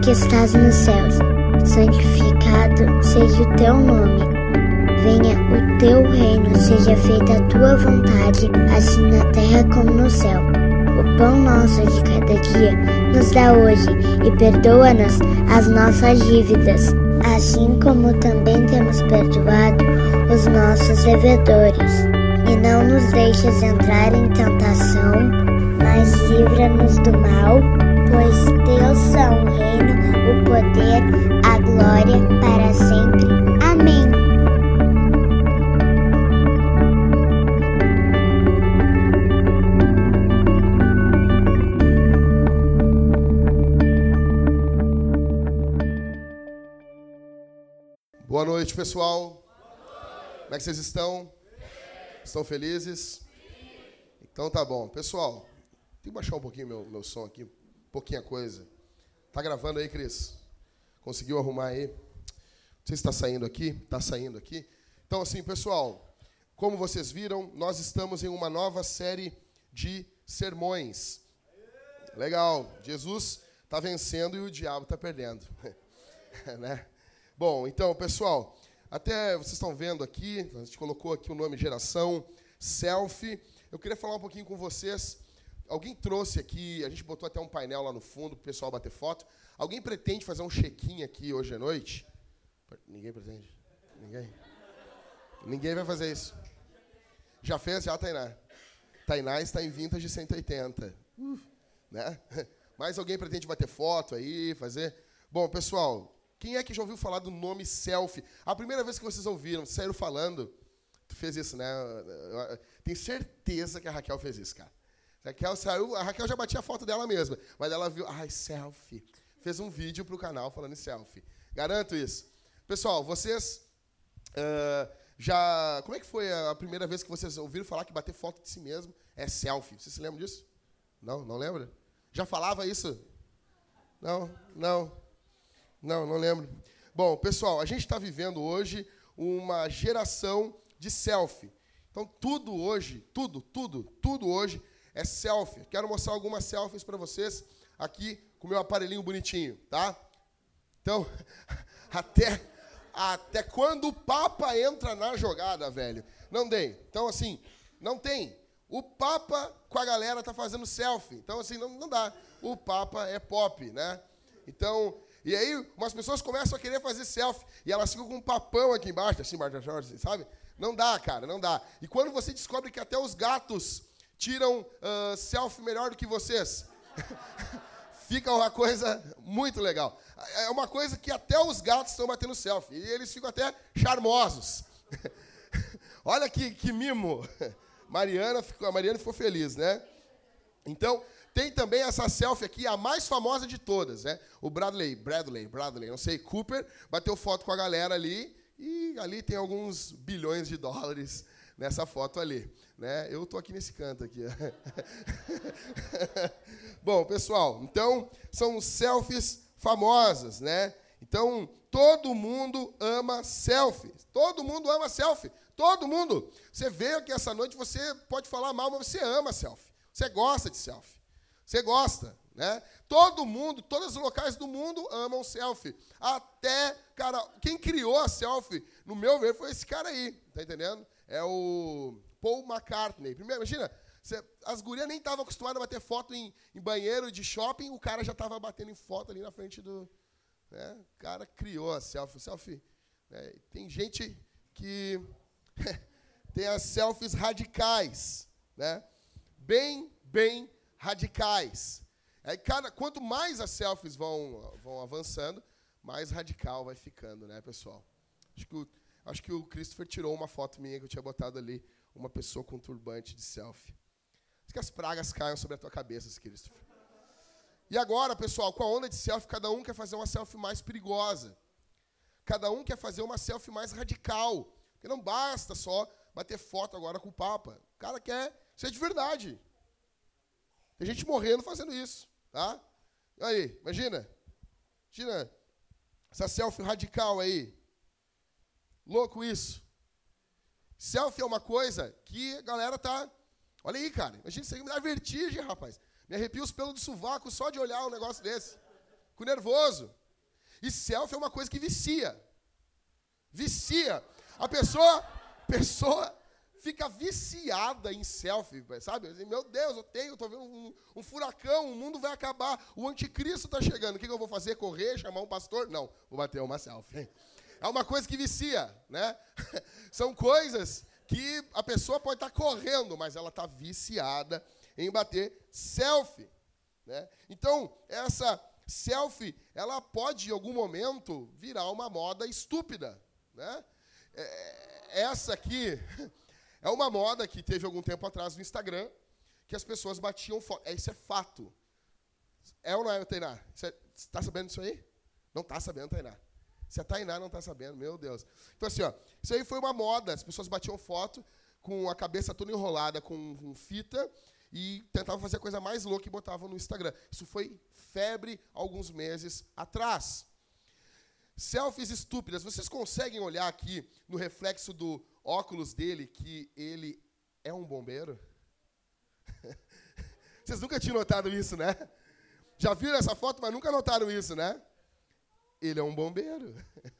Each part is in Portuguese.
que estás nos céus, santificado seja o teu nome. Venha o teu reino, seja feita a tua vontade, assim na terra como no céu. O pão nosso de cada dia nos dá hoje e perdoa-nos as nossas dívidas, assim como também temos perdoado os nossos devedores. E não nos deixes entrar em tentação, mas livra-nos do mal, pois teus são o reino, o poder, a glória para sempre. Amém. Boa noite, pessoal. Boa noite. Como é que vocês estão? Estão felizes? Então tá bom. Pessoal, tem que baixar um pouquinho meu som aqui, pouquinha coisa. Tá gravando aí, Cris? Conseguiu arrumar aí? Não sei se está saindo aqui. Está saindo aqui. Então, assim, pessoal, como vocês viram, nós estamos em uma nova série de sermões. Legal. Jesus está vencendo e o diabo está perdendo. Né? Bom, então, pessoal, até vocês estão vendo aqui, a gente colocou aqui o nome Geração Selfie. Eu queria falar um pouquinho com vocês. Alguém trouxe aqui, a gente botou até um painel lá no fundo para o pessoal bater foto. Alguém pretende fazer um check-in aqui hoje à noite? Ninguém pretende? Ninguém? Ninguém vai fazer isso. Já fez? Já, Tainá? Tainá está em Vintage 180. Né? Mas alguém pretende bater foto aí, fazer? Bom, pessoal, quem é que já ouviu falar do nome selfie? A primeira vez que vocês ouviram, saíram falando, tu fez isso, né? Tenho certeza que a Raquel fez isso, cara. A Raquel já batia a foto dela mesma, mas ela viu, selfie. Fez um vídeo pro canal falando em selfie. Garanto isso. Pessoal, vocês como é que foi a primeira vez que vocês ouviram falar que bater foto de si mesmo é selfie? Vocês se lembram disso? Não lembra? Já falava isso? Não lembro. Bom, pessoal, a gente está vivendo hoje uma geração de selfie. Então, tudo hoje é selfie. Quero mostrar algumas selfies para vocês aqui com o meu aparelhinho bonitinho, tá? Então, até quando o Papa entra na jogada, velho? Não tem. Então, assim, não tem. O Papa com a galera tá fazendo selfie. Então, assim, não dá. O Papa é pop, né? Então, e aí umas pessoas começam a querer fazer selfie e elas ficam com um papão aqui embaixo, assim, sabe? Não dá, cara, não dá. E quando você descobre que até os gatos tiram selfie melhor do que vocês, fica uma coisa muito legal. É uma coisa que até os gatos estão batendo selfie e eles ficam até charmosos. Olha que mimo. A Mariana ficou feliz, né? Então, tem também essa selfie aqui, a mais famosa de todas, né? O Bradley, não sei, Cooper, bateu foto com a galera ali, e ali tem alguns bilhões de dólares nessa foto ali, né? Eu tô aqui nesse canto aqui. Bom, pessoal, então, são selfies famosas, né? Então, todo mundo ama selfie. Todo mundo ama selfie. Todo mundo. Você veio aqui essa noite, você pode falar mal, mas você ama selfie. Você gosta de selfie. Você gosta, né? Todo mundo, todos os locais do mundo amam selfie. Até, cara, quem criou a selfie, no meu ver, foi esse cara aí, tá entendendo? É o Paul McCartney. Primeiro, imagina, as gurias nem estavam acostumadas a bater foto em banheiro de shopping, o cara já estava batendo em foto ali na frente do... Né? O cara criou a selfie. Selfie, né? Tem gente que tem as selfies radicais, né? Bem radicais. Aí, quanto mais as selfies vão avançando, mais radical vai ficando, né, pessoal? Acho que o Christopher tirou uma foto minha que eu tinha botado ali, uma pessoa com um turbante de selfie. Acho que as pragas caiam sobre a tua cabeça, Christopher. E agora, pessoal, com a onda de selfie, cada um quer fazer uma selfie mais perigosa. Cada um quer fazer uma selfie mais radical. Porque não basta só bater foto agora com o Papa. O cara quer ser de verdade. Tem gente morrendo fazendo isso, tá? Aí, imagina essa selfie radical aí. Louco isso. Selfie é uma coisa que a galera tá... Olha aí, cara. Imagina isso aí, me dá vertigem, rapaz. Me arrepia os pelos do sovaco só de olhar um negócio desse. Fico nervoso. E selfie é uma coisa que vicia. Vicia. A pessoa fica viciada em selfie, sabe? Meu Deus, estou vendo um furacão, o mundo vai acabar, o anticristo está chegando. O que eu vou fazer? Correr, chamar um pastor? Não, vou bater uma selfie. É uma coisa que vicia, né? São coisas que a pessoa pode estar correndo, mas ela está viciada em bater selfie, né? Então, essa selfie, ela pode, em algum momento, virar uma moda estúpida, né? Essa aqui é uma moda que teve algum tempo atrás no Instagram, que as pessoas batiam foto. Isso é fato. É ou não é, Tainá? Você está sabendo disso aí? Não está sabendo, Tainá. Se a Tainá não está sabendo, meu Deus. Então, assim, ó, isso aí foi uma moda. As pessoas batiam foto com a cabeça toda enrolada com fita e tentavam fazer a coisa mais louca e botavam no Instagram. Isso foi febre alguns meses atrás. Selfies estúpidas. Vocês conseguem olhar aqui no reflexo do óculos dele que ele é um bombeiro? Vocês nunca tinham notado isso, né? Já viram essa foto, mas nunca notaram isso, né? Ele é um bombeiro.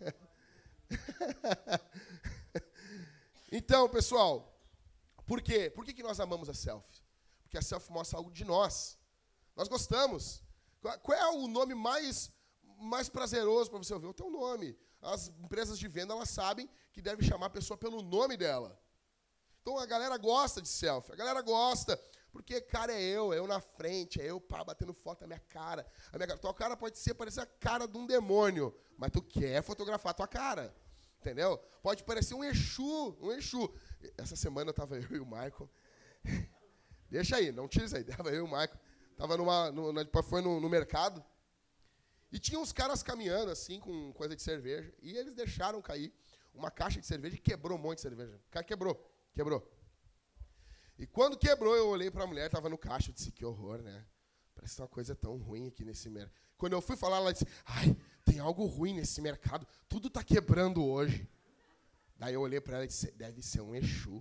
Então, pessoal, por quê? Por que nós amamos a selfie? Porque a selfie mostra algo de nós. Nós gostamos. Qual é o nome mais prazeroso para você ouvir? O teu nome. As empresas de venda, elas sabem que deve chamar a pessoa pelo nome dela. Então, a galera gosta de selfie. A galera gosta, porque, cara, é eu na frente, é eu batendo foto na minha cara. Tua cara pode parecer a cara de um demônio, mas tu quer fotografar a tua cara. Entendeu? Pode parecer um Exu. Essa semana eu e o Michael. Deixa aí, não tira isso aí. Estava eu e o Michael. Foi no mercado. E tinha uns caras caminhando, assim, com coisa de cerveja. E eles deixaram cair uma caixa de cerveja e quebrou um monte de cerveja. O cara quebrou. E quando quebrou, eu olhei para a mulher, estava no caixa, eu disse, que horror, né? Parece uma coisa tão ruim aqui nesse mercado. Quando eu fui falar, ela disse, ai, tem algo ruim nesse mercado, tudo está quebrando hoje. Daí eu olhei para ela e disse, deve ser um Exu.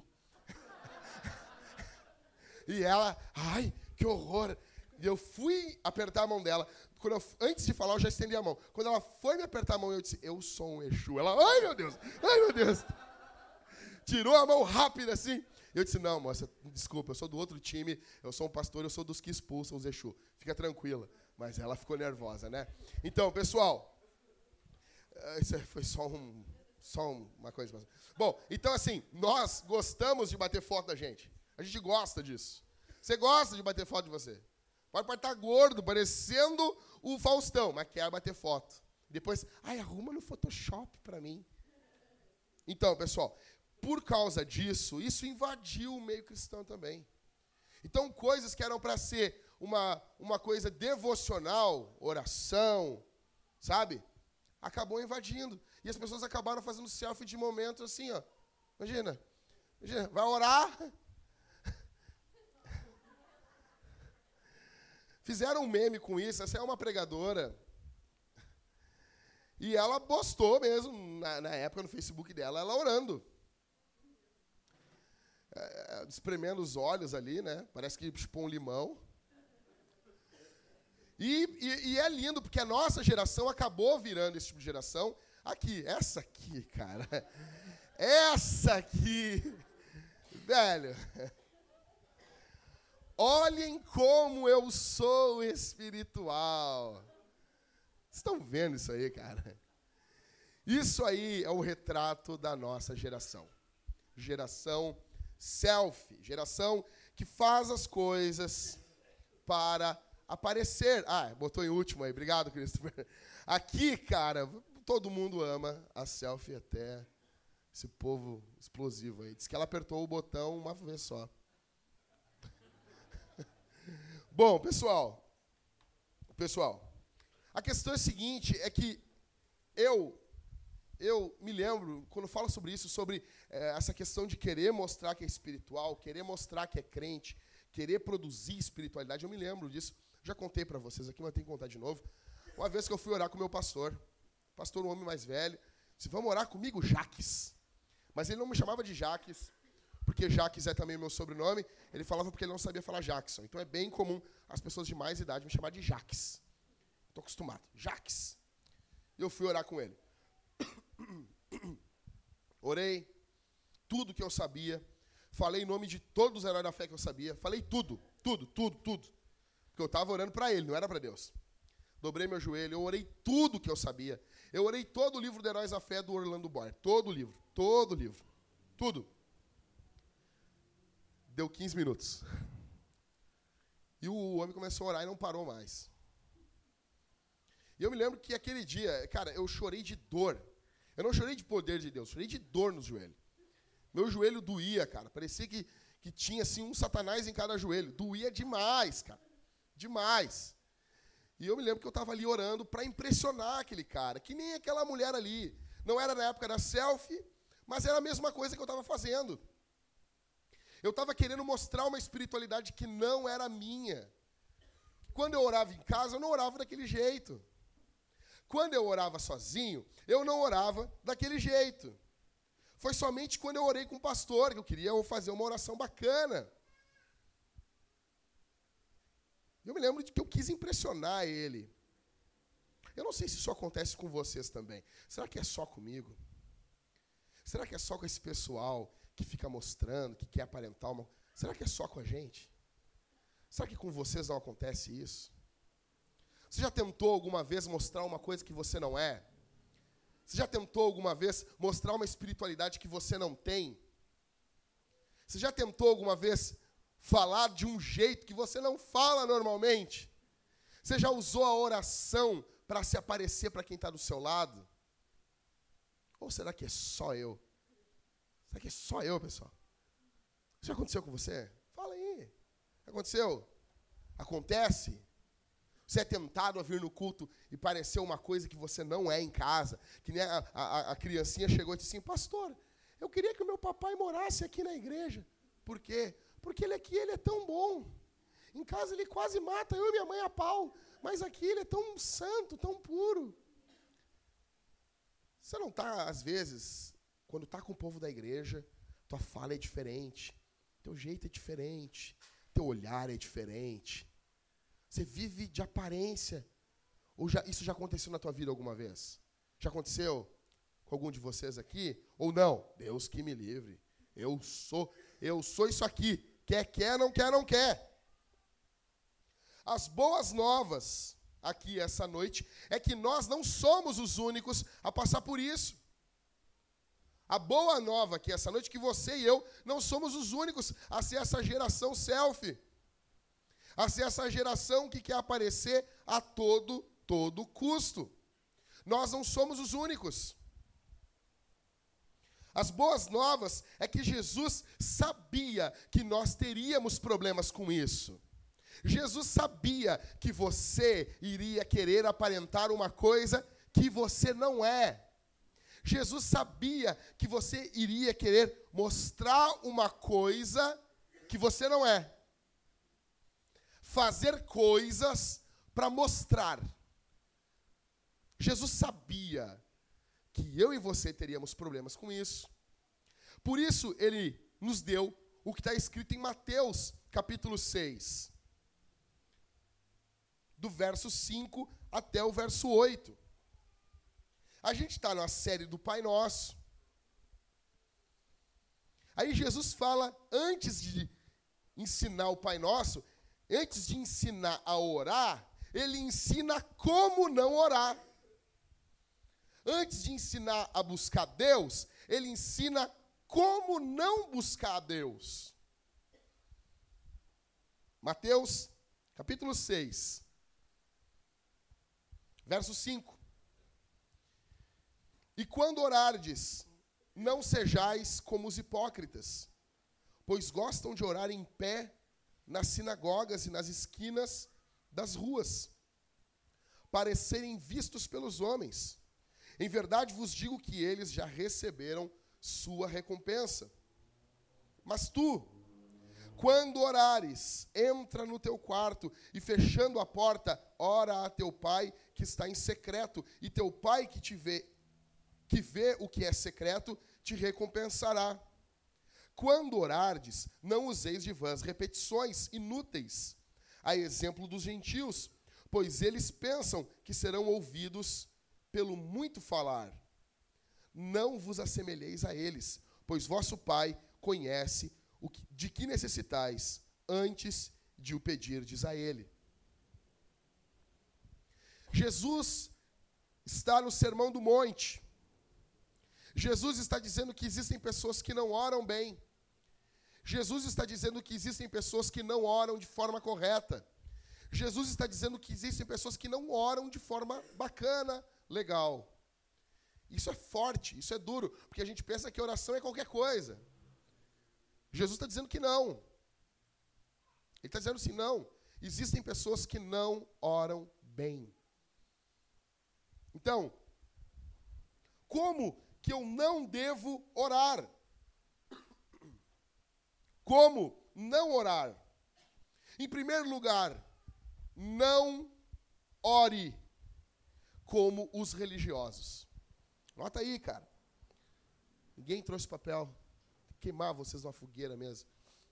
E ela, ai, que horror. E eu fui apertar a mão dela. Antes de falar, eu já estendi a mão. Quando ela foi me apertar a mão, eu disse, eu sou um Exu. Ela, ai, meu Deus. Tirou a mão rápida, assim. Eu disse, não, moça, desculpa, eu sou do outro time, eu sou um pastor, eu sou dos que expulsam os Exu. Fica tranquila. Mas ela ficou nervosa, né? Então, pessoal, isso foi só uma coisa. Bom, então, assim, nós gostamos de bater foto da gente. A gente gosta disso. Você gosta de bater foto de você. Pode estar gordo, parecendo o Faustão, mas quer bater foto. Depois, arruma no Photoshop para mim. Então, pessoal, por causa disso, isso invadiu o meio cristão também. Então, coisas que eram para ser uma coisa devocional, oração, sabe? Acabou invadindo. E as pessoas acabaram fazendo selfie de momento assim, ó. Imagina, vai orar. Fizeram um meme com isso. Essa é uma pregadora. E ela postou mesmo, na época, no Facebook dela, ela orando. Espremendo os olhos ali, né? Parece que chupou um limão. E é lindo, porque a nossa geração acabou virando esse tipo de geração. Essa aqui, cara. Essa aqui. Velho. Olhem como eu sou espiritual. Vocês estão vendo isso aí, cara? Isso aí é o retrato da nossa geração. Geração selfie. Geração que faz as coisas para aparecer. Botou em último aí. Obrigado, Christopher. Aqui, cara, todo mundo ama a selfie até esse povo explosivo aí. Diz que ela apertou o botão uma vez só. Bom, pessoal, a questão é a seguinte, é que eu me lembro, quando falo sobre isso, sobre essa questão de querer mostrar que é espiritual, querer mostrar que é crente, querer produzir espiritualidade, eu me lembro disso. Já contei para vocês aqui, mas tenho que contar de novo. Uma vez que eu fui orar com o meu pastor, um homem mais velho, disse, vamos orar comigo, Jaques. Mas ele não me chamava de Jaques, porque Jaques é também meu sobrenome, ele falava porque ele não sabia falar Jackson. Então é bem comum as pessoas de mais idade me chamar de Jaques. Estou acostumado. Jaques. Eu fui orar com ele. Orei. Tudo que eu sabia. Falei em nome de todos os heróis da fé que eu sabia. Falei tudo. Porque eu estava orando para ele, não era para Deus. Dobrei meu joelho. Eu orei tudo que eu sabia. Eu orei todo o livro de Heróis da Fé do Orlando Bohr. Todo o livro. Tudo. Deu 15 minutos. E o homem começou a orar e não parou mais. E eu me lembro que aquele dia, cara, eu chorei de dor. Eu não chorei de poder de Deus, chorei de dor no joelho. Meu joelho doía, cara. Parecia que tinha, assim, um satanás em cada joelho. Doía demais, cara. Demais. E eu me lembro que eu estava ali orando para impressionar aquele cara, que nem aquela mulher ali. Não era na época da selfie, mas era a mesma coisa que eu estava fazendo. Eu estava querendo mostrar uma espiritualidade que não era minha. Quando eu orava em casa, eu não orava daquele jeito. Quando eu orava sozinho, eu não orava daquele jeito. Foi somente quando eu orei com o pastor, que eu queria fazer uma oração bacana. Eu me lembro de que eu quis impressionar ele. Eu não sei se isso acontece com vocês também. Será que é só comigo? Será que é só com esse pessoal que fica mostrando, que quer aparentar uma... Será que é só com a gente? Será que com vocês não acontece isso? Você já tentou alguma vez mostrar uma coisa que você não é? Você já tentou alguma vez mostrar uma espiritualidade que você não tem? Você já tentou alguma vez falar de um jeito que você não fala normalmente? Você já usou a oração para se aparecer para quem está do seu lado? Ou será que é só eu? Será que é só eu, pessoal? Isso já aconteceu com você? Fala aí. Aconteceu? Acontece? Você é tentado a vir no culto e parecer uma coisa que você não é em casa. Que nem a criancinha chegou e disse assim, pastor, eu queria que o meu papai morasse aqui na igreja. Por quê? Porque ele é tão bom. Em casa ele quase mata eu e minha mãe a pau. Mas aqui ele é tão santo, tão puro. Você não está, às vezes, quando está com o povo da igreja, tua fala é diferente, teu jeito é diferente, teu olhar é diferente. Você vive de aparência. Ou isso já aconteceu na tua vida alguma vez? Já aconteceu com algum de vocês aqui? Ou não? Deus que me livre. Eu sou isso aqui. Quer, não quer. As boas novas aqui essa noite é que nós não somos os únicos a passar por isso. A boa nova aqui essa noite é que você e eu não somos os únicos a ser essa geração selfie. A ser essa geração que quer aparecer a todo custo. Nós não somos os únicos. As boas novas é que Jesus sabia que nós teríamos problemas com isso. Jesus sabia que você iria querer aparentar uma coisa que você não é. Jesus sabia que você iria querer mostrar uma coisa que você não é. Fazer coisas para mostrar. Jesus sabia que eu e você teríamos problemas com isso. Por isso, ele nos deu o que está escrito em Mateus, capítulo 6. Do verso 5 até o verso 8. A gente está na série do Pai Nosso. Aí Jesus fala, antes de ensinar o Pai Nosso, antes de ensinar a orar, ele ensina como não orar. Antes de ensinar a buscar Deus, ele ensina como não buscar a Deus. Mateus, capítulo 6, verso 5. E quando orardes, não sejais como os hipócritas, pois gostam de orar em pé nas sinagogas e nas esquinas das ruas, para serem vistos pelos homens. Em verdade vos digo que eles já receberam sua recompensa. Mas tu, quando orares, entra no teu quarto e fechando a porta, ora a teu pai que está em secreto, e teu pai que vê o que é secreto, te recompensará. Quando orardes, não useis de vãs repetições inúteis, a exemplo dos gentios, pois eles pensam que serão ouvidos pelo muito falar. Não vos assemelheis a eles, pois vosso Pai conhece de que necessitais antes de o pedirdes a Ele. Jesus está no Sermão do Monte. Jesus está dizendo que existem pessoas que não oram bem. Jesus está dizendo que existem pessoas que não oram de forma correta. Jesus está dizendo que existem pessoas que não oram de forma bacana, legal. Isso é forte, isso é duro, porque a gente pensa que oração é qualquer coisa. Jesus está dizendo que não. Ele está dizendo assim, não. Existem pessoas que não oram bem. Então, como que eu não devo orar? Como não orar? Em primeiro lugar, não ore como os religiosos. Nota aí, cara. Ninguém trouxe papel. Vou queimar vocês numa fogueira mesmo.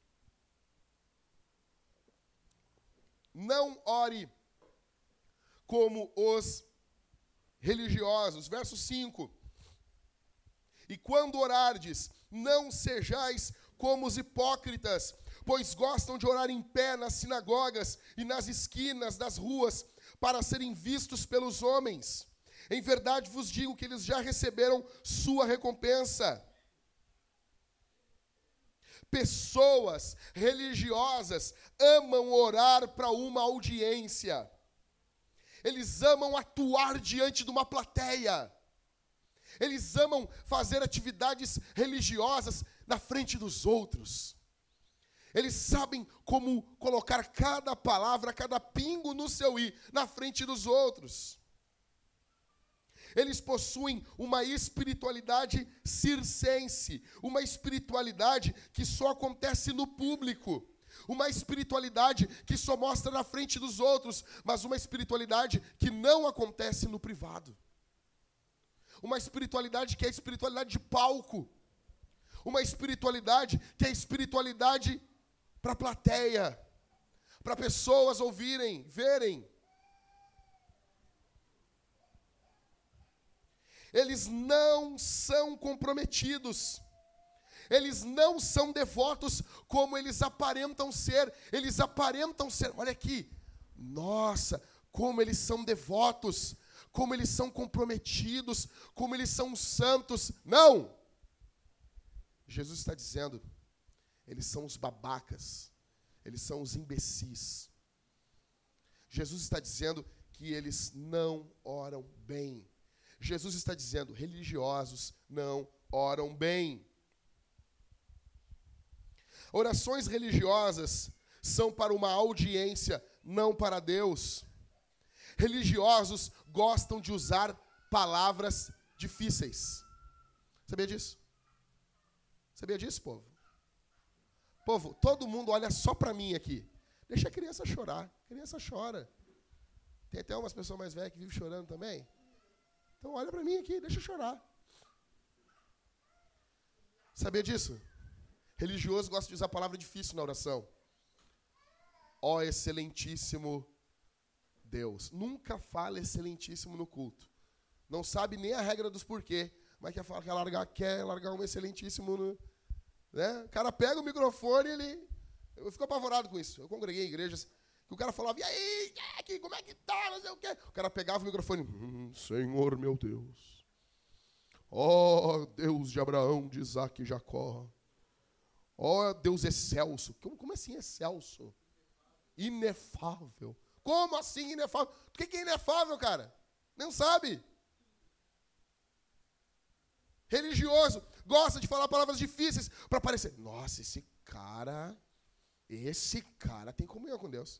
Não ore como os religiosos. Verso 5. E quando orardes, não sejais como os hipócritas, pois gostam de orar em pé nas sinagogas e nas esquinas das ruas, para serem vistos pelos homens. Em verdade vos digo que eles já receberam sua recompensa. Pessoas religiosas amam orar para uma audiência. Eles amam atuar diante de uma plateia. Eles amam fazer atividades religiosas na frente dos outros. Eles sabem como colocar cada palavra, cada pingo no seu i, na frente dos outros. Eles possuem uma espiritualidade circense, uma espiritualidade que só acontece no público, uma espiritualidade que só mostra na frente dos outros, mas uma espiritualidade que não acontece no privado. Uma espiritualidade que é a espiritualidade de palco, uma espiritualidade que é a espiritualidade para a plateia, para pessoas ouvirem, verem. Eles não são comprometidos. Eles não são devotos como eles aparentam ser. Eles aparentam ser. Olha aqui. Nossa, como eles são devotos. Como eles são comprometidos. Como eles são santos. Não! Jesus está dizendo, eles são os babacas. Eles são os imbecis. Jesus está dizendo que eles não oram bem. Jesus está dizendo, religiosos não oram bem. Orações religiosas são para uma audiência, não para Deus. Religiosos gostam de usar palavras difíceis. Sabia disso? Sabia disso, povo? Povo, todo mundo olha só para mim aqui. Deixa a criança chorar. A criança chora. Tem até umas pessoas mais velhas que vivem chorando também. Então olha para mim aqui, deixa eu chorar. Sabia disso? Religioso gosta de usar palavra difícil na oração. Ó excelentíssimo Deus. Nunca fala excelentíssimo no culto. Não sabe nem a regra dos porquê. Mas quer largar um excelentíssimo. Né? O cara pega o microfone e eu fico apavorado com isso. Eu congreguei em igrejas que o cara falava, e aí, Jack, como é que tá, não sei o quê. O cara pegava o microfone, Senhor meu Deus, ó Deus de Abraão, de Isaac e Jacó, ó Deus excelso. Como assim excelso? Inefável. Como assim inefável? O que é inefável, cara? Não sabe. Religioso gosta de falar palavras difíceis para parecer, nossa, esse cara tem comunhão com Deus.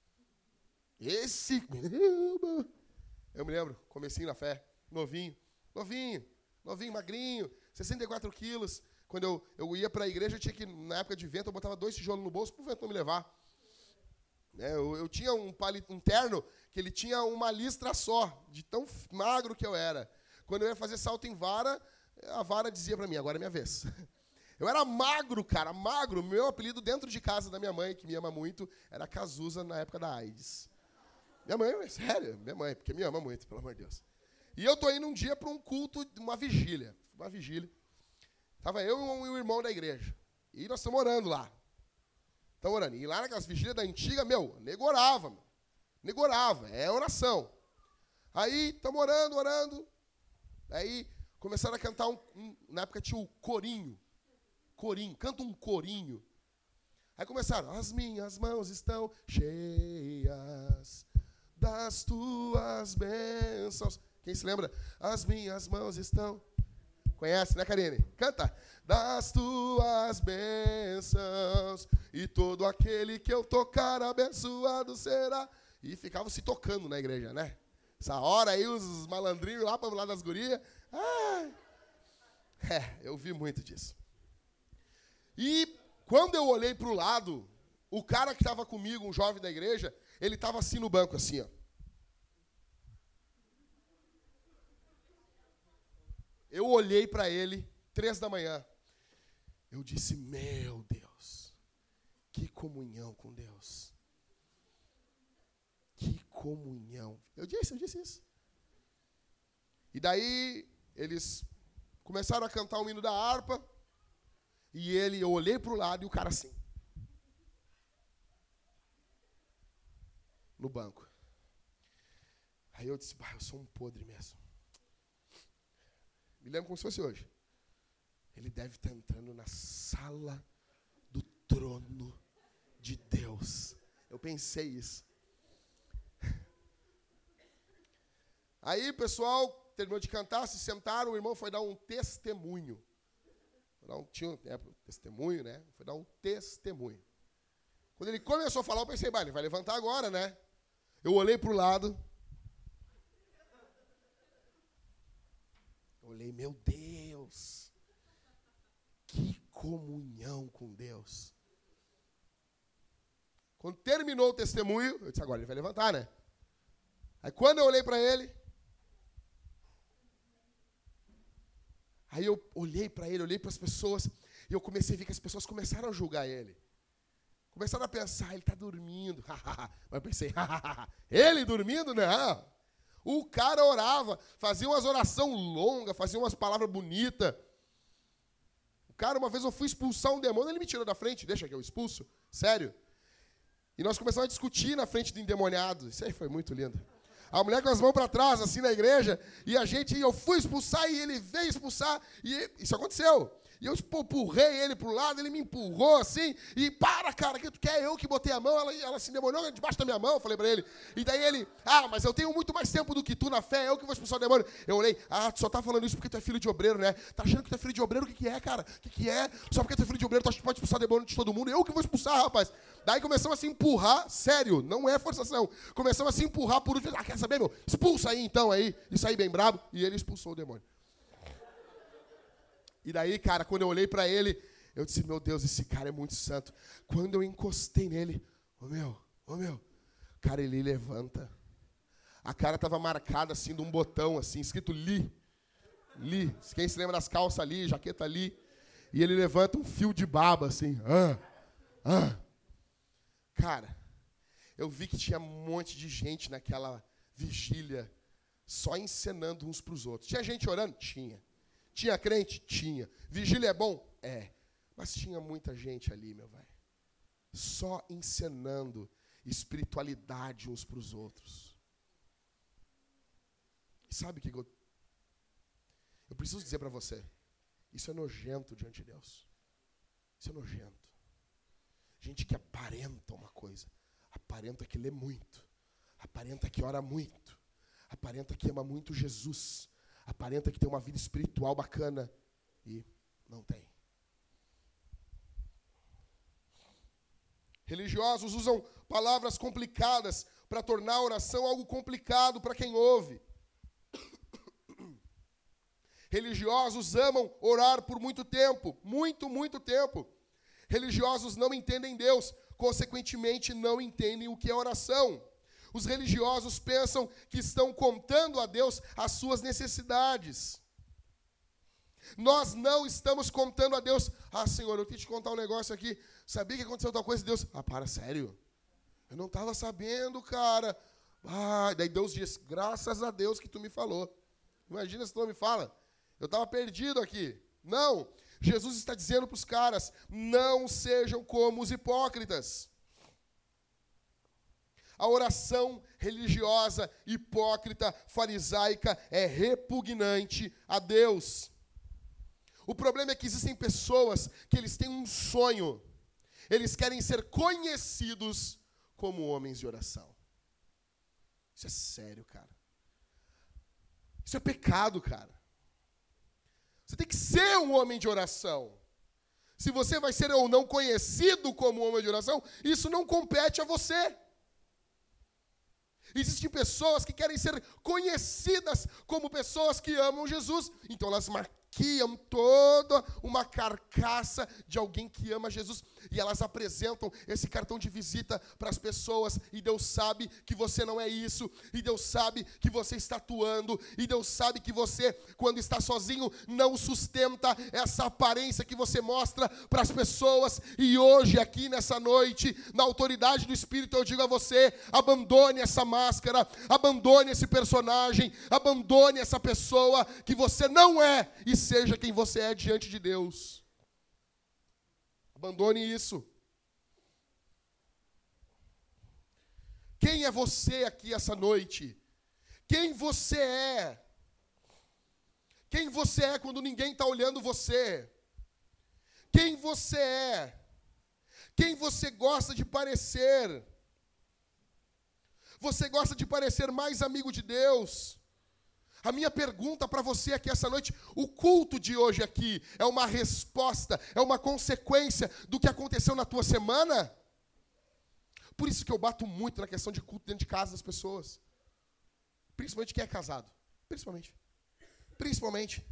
Eu me lembro, comecinho na fé, novinho, magrinho, 64 quilos. Quando eu ia para a igreja, eu tinha que, na época de vento, eu botava 2 tijolos no bolso para o vento não me levar. Eu tinha um terno que ele tinha uma listra só, de tão magro que eu era. Quando eu ia fazer salto em vara, a vara dizia para mim, agora é minha vez. Eu era magro, cara, magro. Meu apelido dentro de casa da minha mãe, que me ama muito, era Cazuza na época da AIDS. Minha mãe, sério, minha mãe, porque me ama muito, pelo amor de Deus. E eu tô indo um dia para um culto, uma vigília. Tava eu e o irmão da igreja. E nós estamos orando lá. Estamos orando. E lá naquelas vigílias da antiga, nego orava. Nego orava, é oração. Aí, estamos orando. Aí, começaram a cantar na época tinha o corinho. Canta um corinho. Aí começaram, as minhas mãos estão cheias das tuas bênçãos. Quem se lembra? As minhas mãos estão... Conhece, né, Karine? Canta. Das tuas bênçãos, e todo aquele que eu tocar abençoado será. E ficavam se tocando na igreja, né? Essa hora aí, os malandrinhos lá para o lado das gurias. Eu vi muito disso. E quando eu olhei para o lado, o cara que estava comigo, um jovem da igreja, ele estava assim no banco, assim, ó. Eu olhei para ele, 3 da manhã. Eu disse, meu Deus, que comunhão com Deus. Que comunhão. Eu disse isso. E daí, eles começaram a cantar o hino da harpa. E eu olhei para o lado e o cara assim. No banco. Aí eu disse, eu sou um podre mesmo. Me lembro como se fosse hoje. Ele deve estar entrando na sala do trono de Deus. Eu pensei isso. Aí, pessoal, terminou de cantar, se sentaram, o irmão foi dar um testemunho. Tinha um testemunho, né? Foi dar um testemunho. Quando ele começou a falar, eu pensei, ele vai levantar agora, né? Eu olhei para o lado. Eu olhei, meu Deus. Que comunhão com Deus. Quando terminou o testemunho, eu disse, agora ele vai levantar, né? Aí quando eu olhei para ele, aí eu olhei para ele, olhei para as pessoas, e eu comecei a ver que as pessoas começaram a julgar ele. Começaram a pensar, ele está dormindo. Mas eu pensei, ele dormindo? Não. O cara orava, fazia umas orações longas, fazia umas palavras bonitas. O cara, uma vez eu fui expulsar um demônio, ele me tirou da frente, deixa que eu expulso, sério. E nós começamos a discutir na frente do endemoniado. Isso aí foi muito lindo. A mulher com as mãos para trás, assim, na igreja, e eu fui expulsar, e ele veio expulsar, e isso aconteceu. E eu empurrei ele para o lado, ele me empurrou assim, e cara, que tu quer? Eu que botei a mão, ela se endemoniou debaixo da minha mão, eu falei para ele. E daí ele, mas eu tenho muito mais tempo do que tu na fé, eu que vou expulsar o demônio. Eu olhei, tu só tá falando isso porque tu é filho de obreiro, né? Tá achando que tu é filho de obreiro? O que é, cara? O que é? Só porque tu é filho de obreiro, tu acha que pode expulsar o demônio de todo mundo? Eu que vou expulsar, rapaz. Daí começamos a se empurrar, sério, não é forçação. Começamos a se empurrar por último, quer saber, meu? Expulsa aí então, aí, e saí bem brabo, e ele expulsou o demônio. E daí, cara, quando eu olhei para ele, eu disse, meu Deus, esse cara é muito santo. Quando eu encostei nele, ô meu, cara, ele levanta. A cara estava marcada assim, de um botão assim, escrito Li. Quem se lembra das calças ali, jaqueta ali. E ele levanta um fio de baba assim. Cara, eu vi que tinha um monte de gente naquela vigília, só encenando uns para os outros. Tinha gente orando? Tinha. Tinha crente? Tinha. Vigília é bom? É. Mas tinha muita gente ali, meu velho. Só encenando espiritualidade uns para os outros. E sabe o que eu preciso dizer para você? Isso é nojento diante de Deus. Isso é nojento. Gente que aparenta uma coisa. Aparenta que lê muito. Aparenta que ora muito. Aparenta que ama muito Jesus. Aparenta que tem uma vida espiritual bacana e não tem. Religiosos usam palavras complicadas para tornar a oração algo complicado para quem ouve. Religiosos amam orar por muito tempo, muito tempo. Religiosos não entendem Deus, consequentemente não entendem o que é oração. Os religiosos pensam que estão contando a Deus as suas necessidades. Nós não estamos contando a Deus. Senhor, eu queria te contar um negócio aqui. Sabia que aconteceu tal coisa? Deus, para, sério? Eu não estava sabendo, cara. Daí Deus diz, graças a Deus que tu me falou. Imagina se tu não me fala. Eu estava perdido aqui. Não. Jesus está dizendo para os caras, não sejam como os hipócritas. A oração religiosa, hipócrita, farisaica é repugnante a Deus. O problema é que existem pessoas que eles têm um sonho. Eles querem ser conhecidos como homens de oração. Isso é sério, cara. Isso é pecado, cara. Você tem que ser um homem de oração. Se você vai ser ou não conhecido como homem de oração, isso não compete a você. Existem pessoas que querem ser conhecidas como pessoas que amam Jesus. Então elas maquiam toda uma carcaça de alguém que ama Jesus. E elas apresentam esse cartão de visita para as pessoas. E Deus sabe que você não é isso. E Deus sabe que você está atuando. E Deus sabe que você, quando está sozinho, não sustenta essa aparência que você mostra para as pessoas. E hoje, aqui nessa noite, na autoridade do Espírito, eu digo a você, abandone essa máscara, abandone esse personagem, abandone essa pessoa que você não é e seja quem você é diante de Deus. Abandone isso. Quem é você aqui essa noite? Quem você é? Quem você é quando ninguém está olhando você? Quem você é? Quem você gosta de parecer? Você gosta de parecer mais amigo de Deus? A minha pergunta para você aqui essa noite, o culto de hoje aqui é uma resposta, é uma consequência do que aconteceu na tua semana? Por isso que eu bato muito na questão de culto dentro de casa das pessoas. Principalmente quem é casado. Principalmente.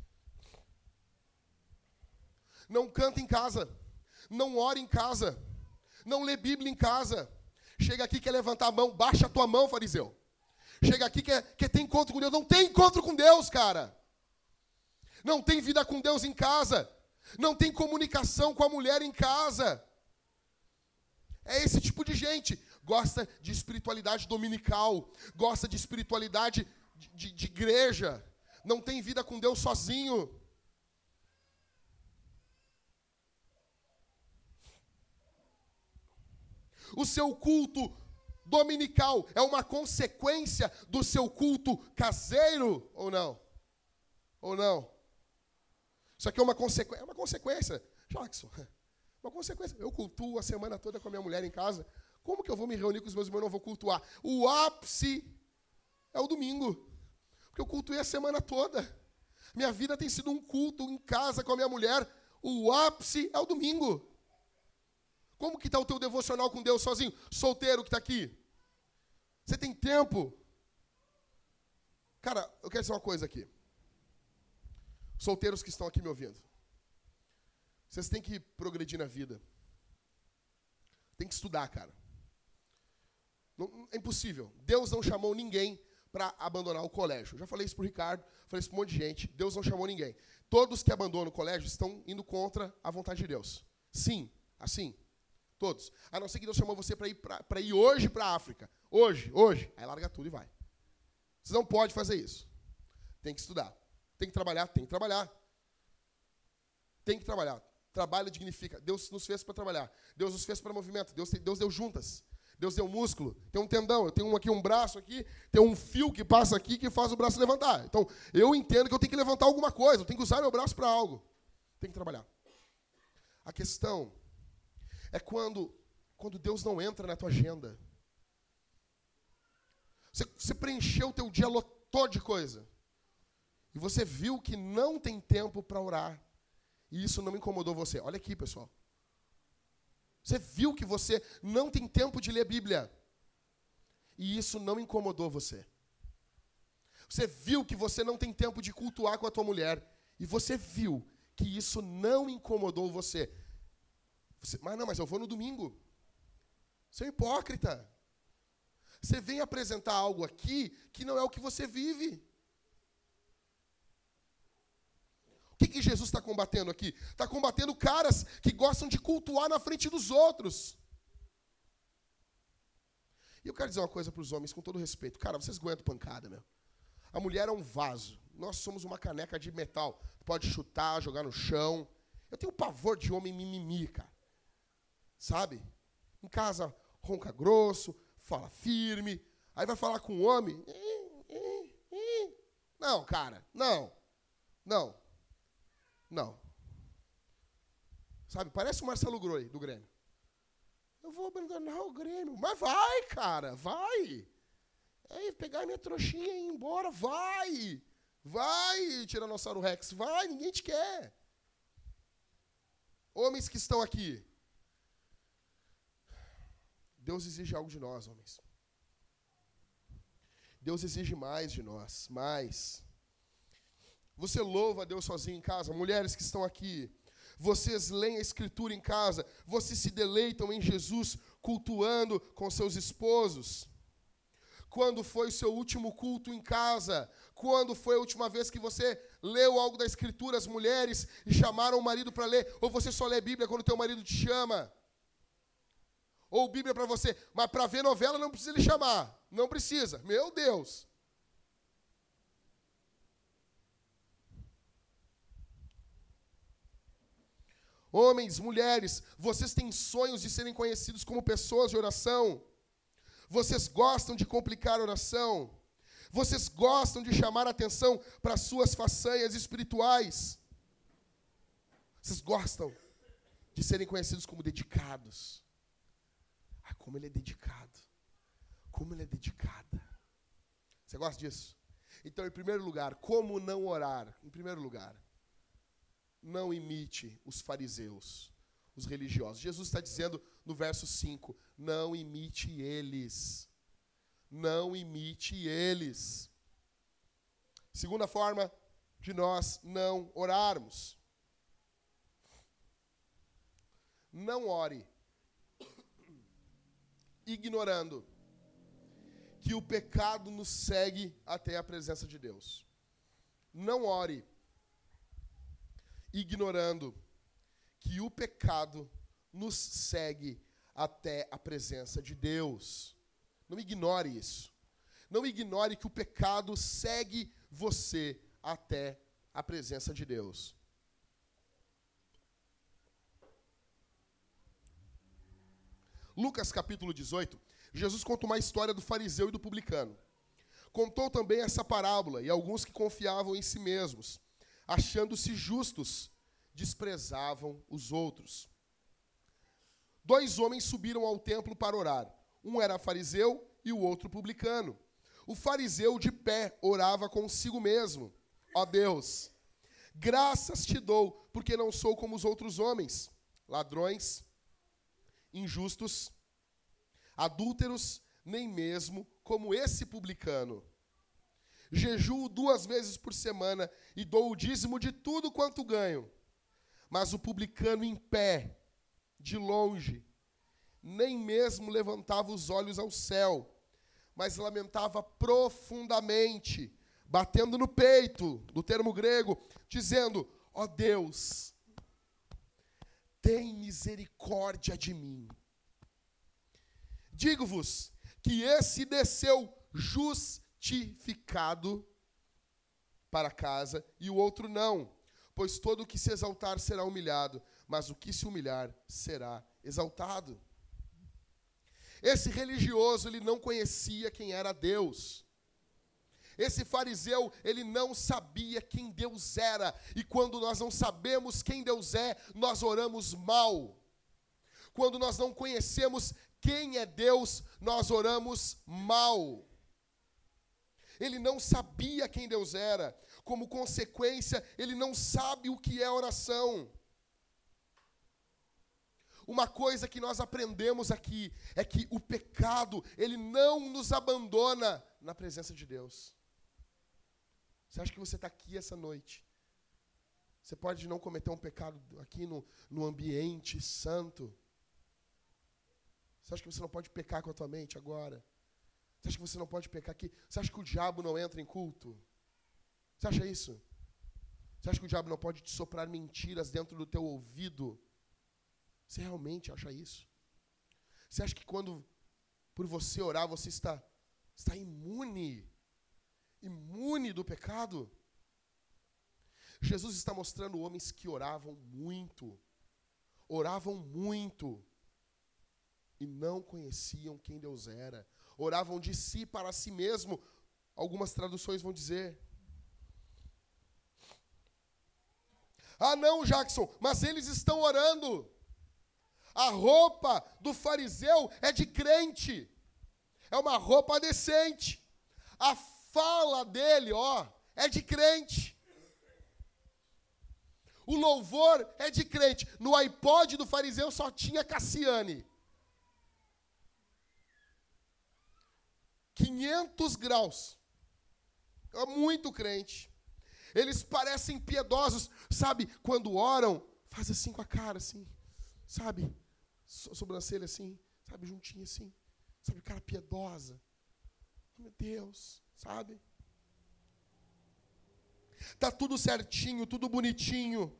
Não canta em casa. Não ora em casa. Não lê Bíblia em casa. Chega aqui, quer levantar a mão, baixa a tua mão, fariseu. Chega aqui, quer ter encontro com Deus. Não tem encontro com Deus, cara. Não tem vida com Deus em casa. Não tem comunicação com a mulher em casa. É esse tipo de gente. Gosta de espiritualidade dominical. Gosta de espiritualidade de igreja. Não tem vida com Deus sozinho. O seu culto dominical é uma consequência do seu culto caseiro ou não? Ou não? Isso aqui é uma consequência. Jackson, uma consequência. Eu cultuo a semana toda com a minha mulher em casa. Como que eu vou me reunir com os meus irmãos e não vou cultuar? O ápice é o domingo. Porque eu cultuei a semana toda. Minha vida tem sido um culto em casa com a minha mulher. O ápice é o domingo. Como que está o teu devocional com Deus sozinho? Solteiro que está aqui. Você tem tempo? Cara, eu quero dizer uma coisa aqui. Solteiros que estão aqui me ouvindo. Vocês têm que progredir na vida. Tem que estudar, cara. Não, é impossível. Deus não chamou ninguém para abandonar o colégio. Eu já falei isso para o Ricardo, falei isso para um monte de gente. Deus não chamou ninguém. Todos que abandonam o colégio estão indo contra a vontade de Deus. Sim, assim. Todos. A não ser que Deus chamou você para ir hoje para a África. Hoje. Aí larga tudo e vai. Você não pode fazer isso. Tem que estudar. Tem que trabalhar. Trabalho dignifica. Deus nos fez para trabalhar. Deus nos fez para movimento. Deus deu juntas. Deus deu músculo. Tem um tendão. Eu tenho aqui um braço aqui. Tem um fio que passa aqui que faz o braço levantar. Então, eu entendo que eu tenho que levantar alguma coisa. Eu tenho que usar meu braço para algo. Tem que trabalhar. A questão é quando Deus não entra na tua agenda. Você preencheu o teu dia, lotou de coisa. E você viu que não tem tempo para orar. E isso não incomodou você. Olha aqui, pessoal. Você viu que você não tem tempo de ler Bíblia. E isso não incomodou você. Você viu que você não tem tempo de cultuar com a tua mulher. E você viu que isso não incomodou você. Mas eu vou no domingo. Você é hipócrita. Você vem apresentar algo aqui que não é o que você vive. O que Jesus está combatendo aqui? Está combatendo caras que gostam de cultuar na frente dos outros. E eu quero dizer uma coisa para os homens, com todo respeito. Cara, vocês aguentam pancada, meu. A mulher é um vaso. Nós somos uma caneca de metal. Pode chutar, jogar no chão. Eu tenho pavor de homem mimimi, cara. Sabe? Em casa, ronca grosso, fala firme. Aí vai falar com o homem. Não, cara, não. Sabe, parece o Marcelo Groi, do Grêmio. Eu vou abandonar o Grêmio. Mas vai, cara, vai. Aí, pegar minha trouxinha e ir embora, vai. Vai, Tiranossauro Rex, vai, ninguém te quer. Homens que estão aqui. Deus exige algo de nós, homens. Deus exige mais de nós, mais. Você louva a Deus sozinho em casa? Mulheres que estão aqui, vocês leem a Escritura em casa, vocês se deleitam em Jesus, cultuando com seus esposos. Quando foi o seu último culto em casa? Quando foi a última vez que você leu algo da Escritura, as mulheres, e chamaram o marido para ler? Ou você só lê Bíblia quando teu marido te chama? Ou Bíblia para você, mas para ver novela não precisa lhe chamar. Não precisa. Meu Deus. Homens, mulheres, vocês têm sonhos de serem conhecidos como pessoas de oração. Vocês gostam de complicar a oração. Vocês gostam de chamar a atenção para as suas façanhas espirituais. Vocês gostam de serem conhecidos como dedicados. Ah, como ele é dedicado. Como ele é dedicada. Você gosta disso? Então, em primeiro lugar, como não orar? Em primeiro lugar, não imite os fariseus, os religiosos. Jesus está dizendo no verso 5, não imite eles. Não imite eles. Segunda forma de nós não orarmos. Não ore ignorando que o pecado nos segue até a presença de Deus. Não ore ignorando que o pecado nos segue até a presença de Deus. Não ignore isso. Não ignore que o pecado segue você até a presença de Deus. Lucas capítulo 18, Jesus conta uma história do fariseu e do publicano. Contou também essa parábola, e alguns que confiavam em si mesmos, achando-se justos, desprezavam os outros. 2 homens subiram ao templo para orar. Um era fariseu e o outro publicano. O fariseu, de pé, orava consigo mesmo. Ó Deus, graças te dou, porque não sou como os outros homens, ladrões, injustos, adúlteros, nem mesmo como esse publicano. Jejuo 2 vezes por semana e dou o dízimo de tudo quanto ganho. Mas o publicano em pé, de longe, nem mesmo levantava os olhos ao céu, mas lamentava profundamente, batendo no peito, do termo grego, dizendo, ó Deus, tem misericórdia de mim. Digo-vos que esse desceu justificado para casa e o outro não, pois todo o que se exaltar será humilhado, mas o que se humilhar será exaltado. Esse religioso, ele não conhecia quem era Deus. Esse fariseu, ele não sabia quem Deus era. E quando nós não sabemos quem Deus é, nós oramos mal. Quando nós não conhecemos quem é Deus, nós oramos mal. Ele não sabia quem Deus era. Como consequência, ele não sabe o que é oração. Uma coisa que nós aprendemos aqui é que o pecado, ele não nos abandona na presença de Deus. Você acha que você está aqui essa noite? Você pode não cometer um pecado aqui no ambiente santo. Você acha que você não pode pecar com a tua mente agora? Você acha que você não pode pecar aqui? Você acha que o diabo não entra em culto? Você acha isso? Você acha que o diabo não pode te soprar mentiras dentro do teu ouvido? Você realmente acha isso? Você acha que quando, por você orar, você está imune do pecado. Jesus está mostrando homens que oravam muito e não conheciam quem Deus era. Oravam de si para si mesmo. Algumas traduções vão dizer. Ah, não, Jackson, mas eles estão orando. A roupa do fariseu é de crente. É uma roupa decente. A fala dele, é de crente. O louvor é de crente. No iPod do fariseu só tinha Cassiane. 500 graus. É muito crente. Eles parecem piedosos. Sabe, quando oram, faz assim com a cara, assim. Sabe, sobrancelha assim. Sabe, juntinho assim. Sabe, cara piedosa. Oh, meu Deus, sabe? Tá tudo certinho, tudo bonitinho.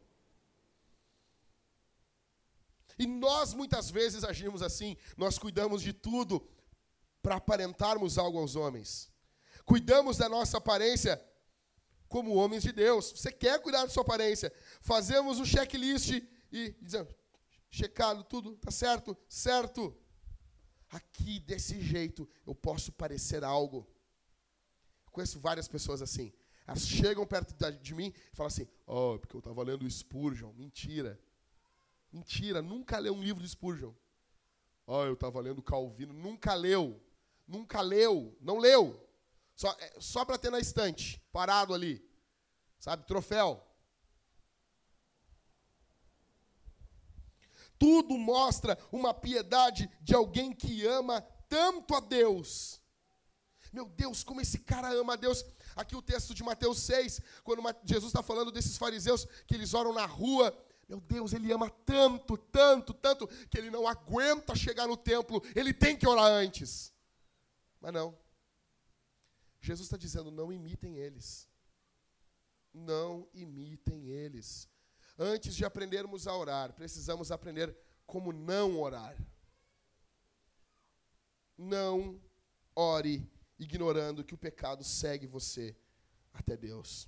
E nós muitas vezes agimos assim. Nós cuidamos de tudo para aparentarmos algo aos homens. Cuidamos da nossa aparência como homens de Deus. Você quer cuidar da sua aparência? Fazemos um checklist e dizemos, checado tudo, tá certo? Certo. Aqui, desse jeito, eu posso parecer algo. Eu conheço várias pessoas assim. Elas chegam perto de mim e falam assim, porque eu estava lendo Spurgeon. Mentira. Mentira, nunca leu um livro de Spurgeon. Eu estava lendo Calvino. Nunca leu. Não leu. Só para ter na estante, parado ali. Sabe, troféu. Tudo mostra uma piedade de alguém que ama tanto a Deus. Meu Deus, como esse cara ama a Deus. Aqui o texto de Mateus 6, quando Jesus está falando desses fariseus que eles oram na rua. Meu Deus, ele ama tanto, que ele não aguenta chegar no templo. Ele tem que orar antes. Mas não. Jesus está dizendo, não imitem eles. Não imitem eles. Antes de aprendermos a orar, precisamos aprender como não orar. Não ore ignorando que o pecado segue você até Deus.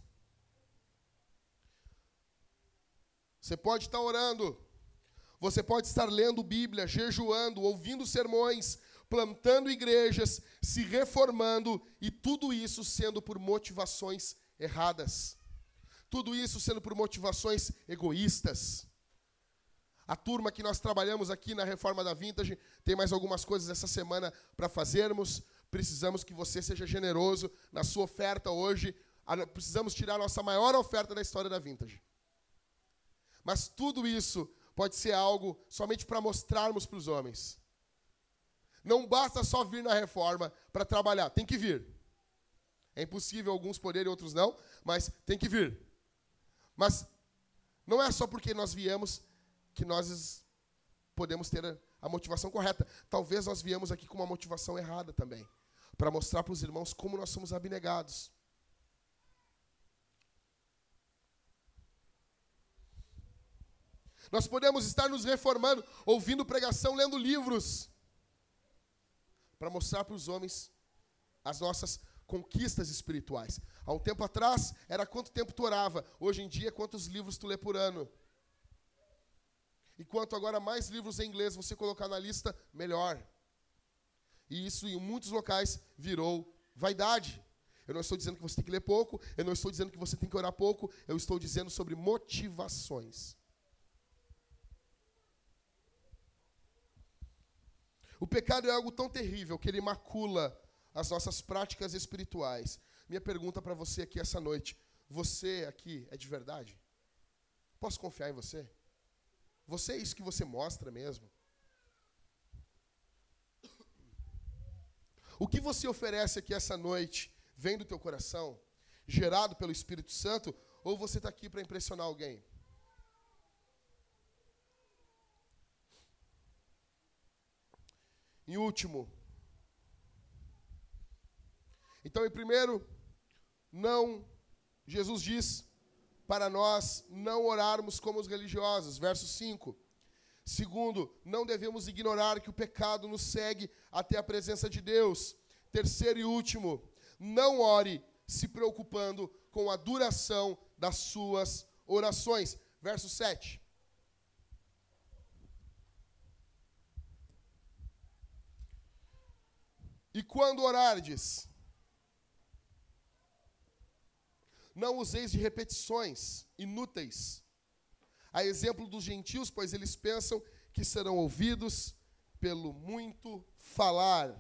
Você pode estar orando, você pode estar lendo Bíblia, jejuando, ouvindo sermões, plantando igrejas, se reformando, e tudo isso sendo por motivações erradas. Tudo isso sendo por motivações egoístas. A turma que nós trabalhamos aqui na Reforma da Vintage, tem mais algumas coisas essa semana para fazermos. Precisamos que você seja generoso na sua oferta hoje. Precisamos tirar a nossa maior oferta da história da Vintage. Mas tudo isso pode ser algo somente para mostrarmos para os homens. Não basta só vir na Reforma para trabalhar, tem que vir. É impossível alguns poderem, outros não, mas tem que vir. Mas não é só porque nós viemos que nós podemos ter a motivação correta. Talvez nós viemos aqui com uma motivação errada também, para mostrar para os irmãos como nós somos abnegados. Nós podemos estar nos reformando, ouvindo pregação, lendo livros, para mostrar para os homens as nossas conquistas espirituais. Há um tempo atrás, era quanto tempo tu orava. Hoje em dia, quantos livros tu lê por ano. E quanto agora mais livros em inglês você colocar na lista, melhor. E isso em muitos locais virou vaidade. Eu não estou dizendo que você tem que ler pouco, eu não estou dizendo que você tem que orar pouco, eu estou dizendo sobre motivações. O pecado é algo tão terrível que ele macula as nossas práticas espirituais. Minha pergunta para você aqui essa noite, você aqui é de verdade? Posso confiar em você? Você é isso que você mostra mesmo? O que você oferece aqui essa noite vem do teu coração, gerado pelo Espírito Santo, ou você está aqui para impressionar alguém? Em último, então, em primeiro, Jesus diz para nós não orarmos como os religiosos. Verso 5. Segundo, não devemos ignorar que o pecado nos segue até a presença de Deus. Terceiro e último, não ore se preocupando com a duração das suas orações. Verso 7. E quando orardes, não useis de repetições inúteis, a exemplo dos gentios, pois eles pensam que serão ouvidos pelo muito falar.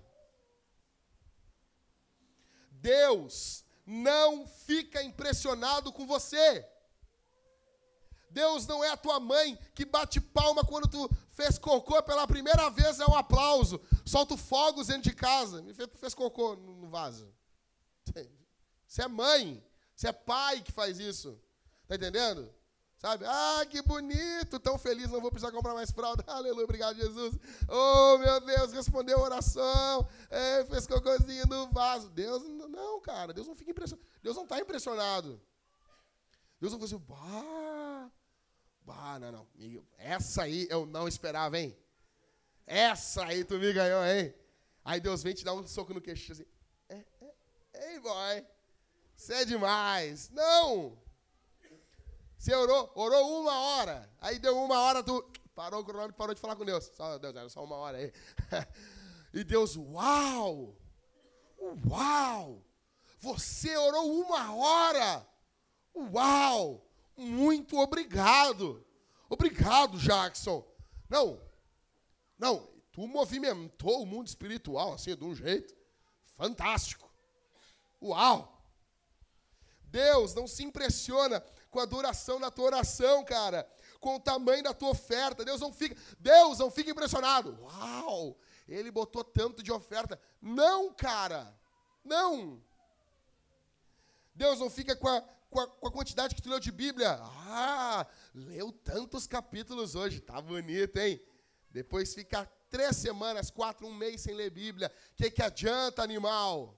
Deus não fica impressionado com você. Deus não é a tua mãe que bate palma quando tu fez cocô pela primeira vez, é um aplauso. Solta fogos dentro de casa. Tu fez cocô no vaso. Você é mãe, você é pai que faz isso. Tá entendendo? Sabe? Ah, que bonito, tão feliz, não vou precisar comprar mais fralda. Aleluia, obrigado, Jesus. Oh, meu Deus, respondeu a oração. Fez cocôzinho no vaso. Deus, não, cara, Deus não fica impressionado. Deus não está impressionado. Deus não fica assim, não. Essa aí eu não esperava, hein? Essa aí tu me ganhou, hein? Aí Deus vem te dar um soco no queixo, assim. Ei, boy, você é demais. Não! Você orou 1 hora. Aí deu 1 hora, tu parou o cronômetro, parou de falar com Deus. Deus, era só 1 hora aí. E Deus, uau! Você orou 1 hora. Uau! Muito obrigado. Obrigado, Jackson. Não, tu movimentou o mundo espiritual assim, de um jeito fantástico. Uau! Deus não se impressiona com a duração da tua oração, cara, com o tamanho da tua oferta. Deus não fica impressionado. Uau! Ele botou tanto de oferta. Não, cara. Não. Deus não fica com a quantidade que tu leu de Bíblia. Leu tantos capítulos hoje. Tá bonito, hein? Depois fica 3 semanas, 4, 1 mês sem ler Bíblia. Que adianta, animal?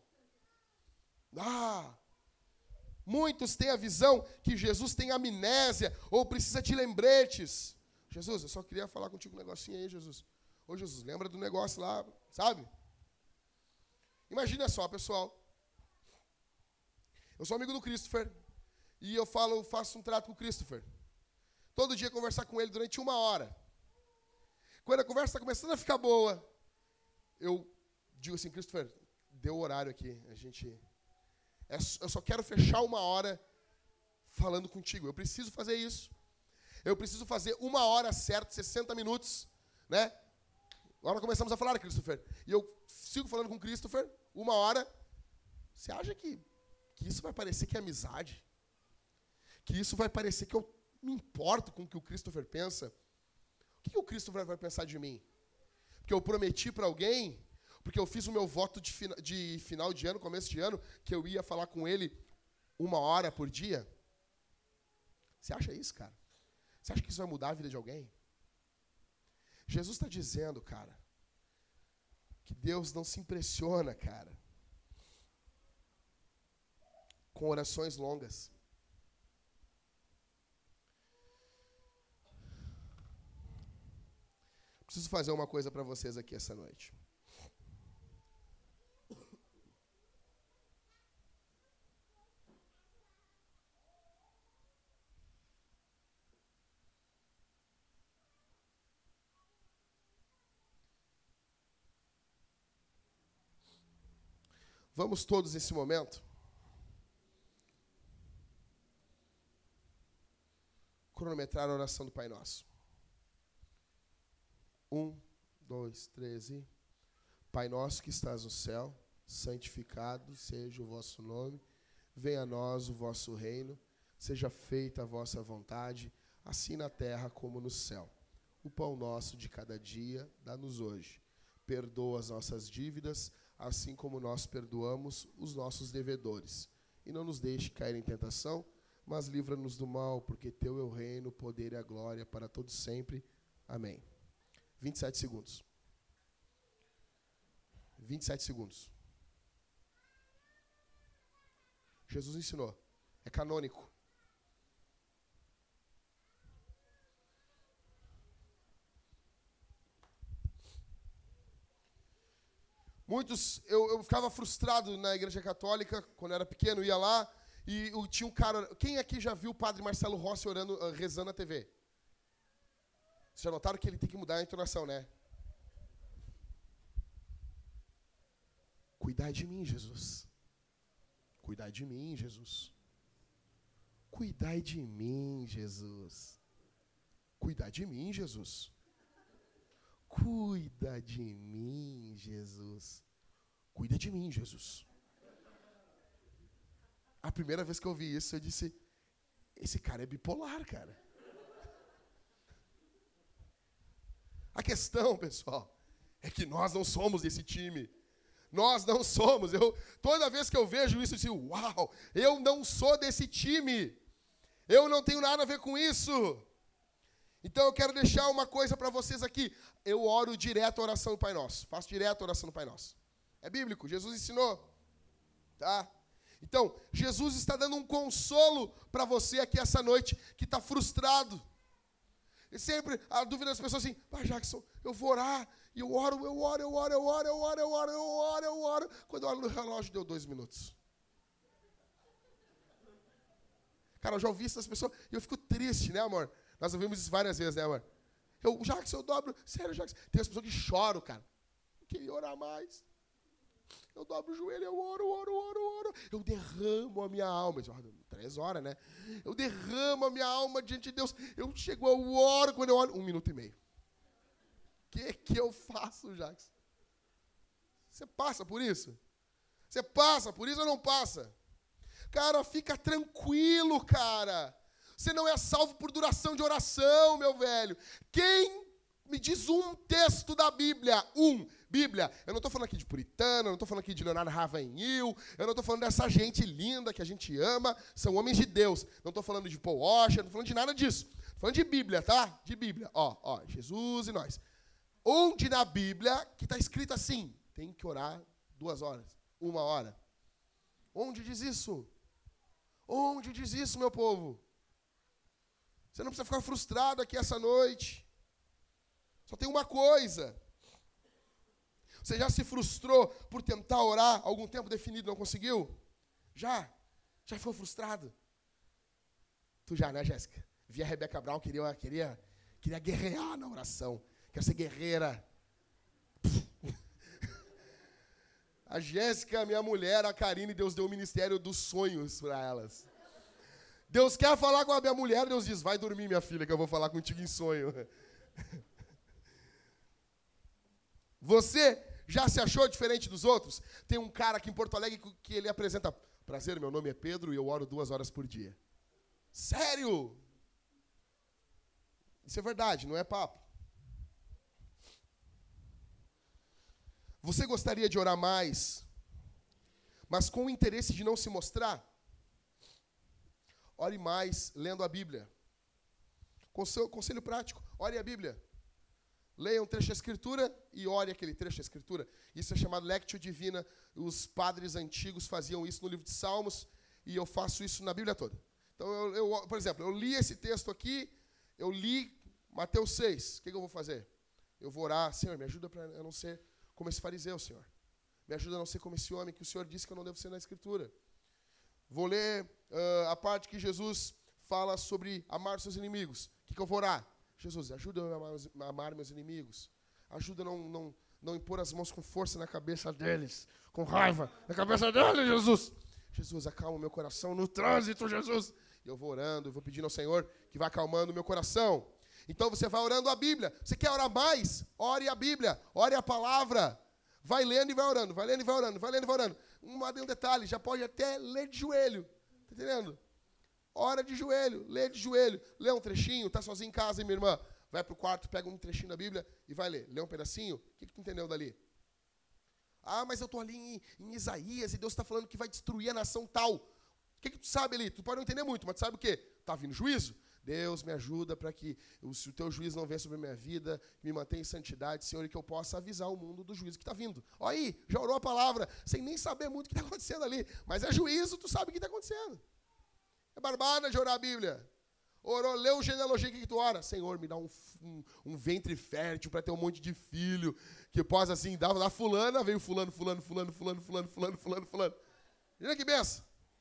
Muitos têm a visão que Jesus tem amnésia ou precisa de lembretes. Jesus, eu só queria falar contigo um negocinho aí, Jesus. Ô, Jesus, lembra do negócio lá, sabe? Imagina só, pessoal. Eu sou amigo do Christopher e eu faço um trato com o Christopher. Todo dia conversar com ele durante 1 hora. Quando a conversa está começando a ficar boa, eu digo assim, Christopher, deu o horário aqui, eu só quero fechar 1 hora falando contigo. Eu preciso fazer isso. Eu preciso fazer 1 hora certa, 60 minutos, né? Agora começamos a falar, Christopher. E eu sigo falando com o Christopher, 1 hora. Você acha que isso vai parecer que é amizade? Que isso vai parecer que eu me importo com o que o Christopher pensa? O que o Christopher vai pensar de mim? Porque eu prometi para alguém... Porque eu fiz o meu voto de final de ano, começo de ano, que eu ia falar com ele 1 hora por dia. Você acha isso, cara? Você acha que isso vai mudar a vida de alguém? Jesus está dizendo, cara, que Deus não se impressiona, cara, com orações longas. Preciso fazer uma coisa para vocês aqui essa noite. Vamos todos nesse momento cronometrar a oração do Pai Nosso. 1, 2, 3 e... Pai nosso que estás no céu, santificado seja o vosso nome, venha a nós o vosso reino, seja feita a vossa vontade, assim na terra como no céu. O pão nosso de cada dia, dá-nos hoje. Perdoa as nossas dívidas, assim como nós perdoamos os nossos devedores. E não nos deixe cair em tentação, mas livra-nos do mal, porque teu é o reino, o poder e a glória para todos sempre. Amém. 27 segundos. 27 segundos. Jesus ensinou. É canônico. Eu ficava frustrado na igreja católica, quando eu era pequeno, ia lá, e tinha um cara... Quem aqui já viu o padre Marcelo Rossi rezando na TV? Vocês já notaram que ele tem que mudar a entonação, né? Cuidai de mim, Jesus. Cuidai de mim, Jesus. Cuidai de mim, Jesus. Cuidai de mim, Jesus. Cuida de mim, Jesus. Cuida de mim, Jesus. A primeira vez que eu ouvi isso, eu disse, esse cara é bipolar, cara. A questão, pessoal, é que nós não somos desse time. Nós não somos. Toda vez que eu vejo isso, eu digo, uau, eu não sou desse time. Eu não tenho nada a ver com isso. Então eu quero deixar uma coisa para vocês aqui. Eu oro direto a oração do Pai Nosso. Faço direto a oração do Pai Nosso. É bíblico, Jesus ensinou. Tá? Então, Jesus está dando um consolo para você aqui essa noite, que está frustrado. E sempre a dúvida das pessoas assim, Jackson, eu vou orar, e eu oro. Quando eu olho no relógio, deu 2 minutos. Cara, eu já ouvi isso das pessoas, e eu fico triste, né, amor? Nós ouvimos isso várias vezes, né, amor? Jackson, eu dobro. Sério, Jackson. Tem as pessoas que choram, cara. Eu queria orar mais. Eu dobro o joelho, eu oro. Eu derramo a minha alma. 3 horas, né? Eu derramo a minha alma diante de Deus. Eu chego, eu oro. Quando eu oro, 1 minuto e meio. O que eu faço, Jackson? Você passa por isso? Você passa por isso ou não passa? Cara, fica tranquilo, cara. Você não é salvo por duração de oração, meu velho. Quem me diz um texto da Bíblia? Bíblia. Eu não estou falando aqui de puritano, eu não estou falando aqui de Leonardo Ravenhill, eu não estou falando dessa gente linda que a gente ama, são homens de Deus. Não estou falando de Paul Washer, não estou falando de nada disso. Estou falando de Bíblia, tá? De Bíblia. Ó, Jesus e nós. Onde na Bíblia que está escrito assim, tem que orar 2 horas, 1 hora. Onde diz isso? Onde diz isso, meu povo? Você não precisa ficar frustrado aqui essa noite. Só tem uma coisa. Você já se frustrou por tentar orar algum tempo definido e não conseguiu? Já? Já ficou frustrado? Tu já, né, Jéssica? Vi a Rebeca Brown, queria guerrear na oração. Quer ser guerreira. A Jéssica, minha mulher, a Karine, Deus deu o ministério dos sonhos para elas. Deus quer falar com a minha mulher, Deus diz, vai dormir, minha filha, que eu vou falar contigo em sonho. Você já se achou diferente dos outros? Tem um cara aqui em Porto Alegre que ele apresenta, prazer, meu nome é Pedro e eu oro 2 horas por dia. Sério? Isso é verdade, não é papo. Você gostaria de orar mais, mas com o interesse de não se mostrar? Ore mais lendo a Bíblia. Conselho prático, ore a Bíblia. Leia um trecho da Escritura e ore aquele trecho da Escritura. Isso é chamado Lectio Divina. Os padres antigos faziam isso no livro de Salmos e eu faço isso na Bíblia toda. Então, por exemplo, eu li esse texto aqui, eu li Mateus 6. O que eu vou fazer? Eu vou orar, Senhor, me ajuda para eu não ser como esse fariseu, Senhor. Me ajuda a não ser como esse homem que o Senhor disse que eu não devo ser na Escritura. Vou ler a parte que Jesus fala sobre amar seus inimigos. O que eu vou orar? Jesus, ajuda eu a amar meus inimigos. Ajuda a não impor as mãos com força na cabeça deles. Com raiva na cabeça deles, Jesus. Jesus, acalma o meu coração no trânsito, Jesus. E eu vou orando, eu vou pedindo ao Senhor que vá acalmando o meu coração. Então você vai orando a Bíblia. Você quer orar mais? Ore a Bíblia. Ore a palavra. Vai lendo e vai orando. Vai lendo e vai orando. Vai lendo e vai orando. Um detalhe, já pode até ler de joelho. Tá entendendo? Ora de joelho, lê de joelho. Lê um trechinho, tá sozinho em casa, hein, minha irmã? Vai pro quarto, pega um trechinho da Bíblia e vai ler. Lê um pedacinho. O que tu entendeu dali? Ah, mas eu tô ali em Isaías e Deus está falando que vai destruir a nação tal. O que tu sabe ali? Tu pode não entender muito, mas tu sabe o quê? Tá vindo juízo? Deus, me ajuda para que o teu juízo não venha sobre a minha vida, me mantenha em santidade, Senhor, e que eu possa avisar o mundo do juízo que está vindo. Olha aí, já orou a palavra, sem nem saber muito o que está acontecendo ali. Mas é juízo, tu sabe o que está acontecendo. É barbada de orar a Bíblia. Orou, leu genealogia, o que tu ora? Senhor, me dá um ventre fértil para ter um monte de filho, que possa assim, dar da fulana, veio fulano. Olha que benção.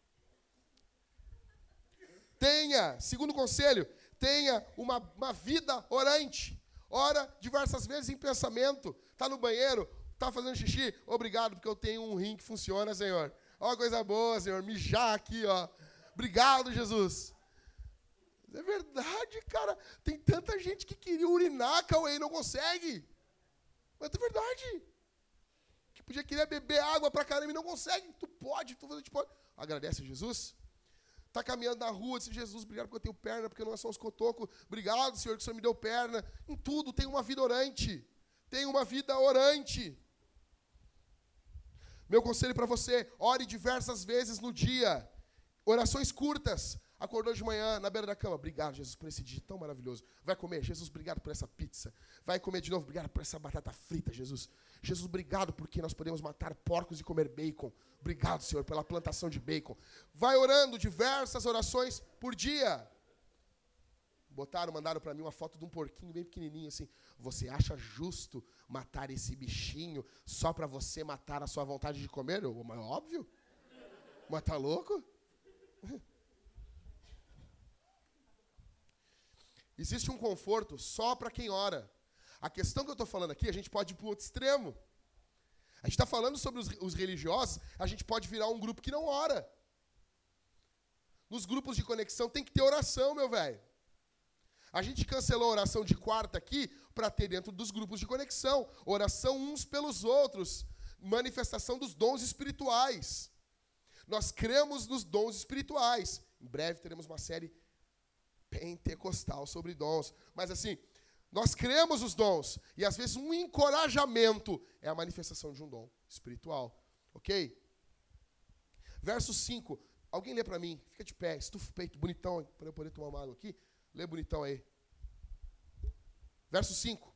Segundo conselho, tenha uma vida orante. Ora diversas vezes em pensamento. Está no banheiro, está fazendo xixi. Obrigado, porque eu tenho um rim que funciona, Senhor. Ó, coisa boa, Senhor. Mijar aqui, ó. Obrigado, Jesus. É verdade, cara. Tem tanta gente que queria urinar, Cauê, e não consegue. Mas é verdade. Que podia querer beber água pra caramba e não consegue. Tu pode. Agradece a Jesus. Está caminhando na rua, diz, Jesus, obrigado porque eu tenho perna, porque não é só os cotocos. Obrigado, Senhor, que o Senhor me deu perna. Em tudo, tem uma vida orante. Tem uma vida orante. Meu conselho para você, ore diversas vezes no dia. Orações curtas. Acordou de manhã, na beira da cama. Obrigado, Jesus, por esse dia tão maravilhoso. Vai comer. Jesus, obrigado por essa pizza. Vai comer de novo. Obrigado por essa batata frita, Jesus. Jesus, obrigado porque nós podemos matar porcos e comer bacon. Obrigado, Senhor, pela plantação de bacon. Vai orando diversas orações por dia. Mandaram para mim uma foto de um porquinho bem pequenininho assim. Você acha justo matar esse bichinho só para você matar a sua vontade de comer? Mas óbvio. Mas tá louco? Existe um conforto só para quem ora. A questão que eu estou falando aqui, a gente pode ir para o outro extremo. A gente está falando sobre os religiosos, a gente pode virar um grupo que não ora. Nos grupos de conexão tem que ter oração, meu velho. A gente cancelou a oração de quarta aqui para ter dentro dos grupos de conexão. Oração uns pelos outros. Manifestação dos dons espirituais. Nós cremos nos dons espirituais. Em breve teremos uma série pentecostal sobre dons. Mas assim, nós cremos os dons. E às vezes um encorajamento é a manifestação de um dom espiritual. Ok? Verso 5. Alguém lê para mim. Fica de pé, estufa o peito, bonitão, para eu poder tomar uma água aqui. Lê bonitão aí. Verso 5.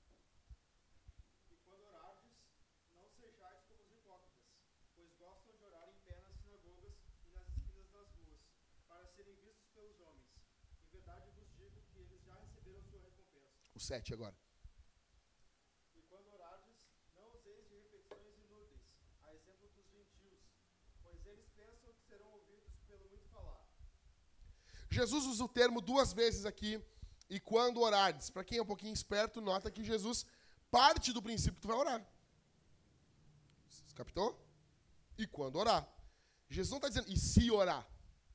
E quando orardes, não sejais como os hipócritas, pois gostam de orar em pé nas sinagogas e nas esquinas das ruas, para serem vistos pelos homens. Em verdade vos digo que eles já receberam sua recompensa. O 7 agora. E quando orardes, não useis de repetições inúteis, a exemplo dos gentios, pois eles pensam que serão ouvidos pelo muito falar. Jesus usa o termo 2 vezes aqui, e quando orardes. Para quem é um pouquinho esperto, nota que Jesus parte do princípio que tu vai orar. Você captou? E quando orar. Jesus não está dizendo, e se orar?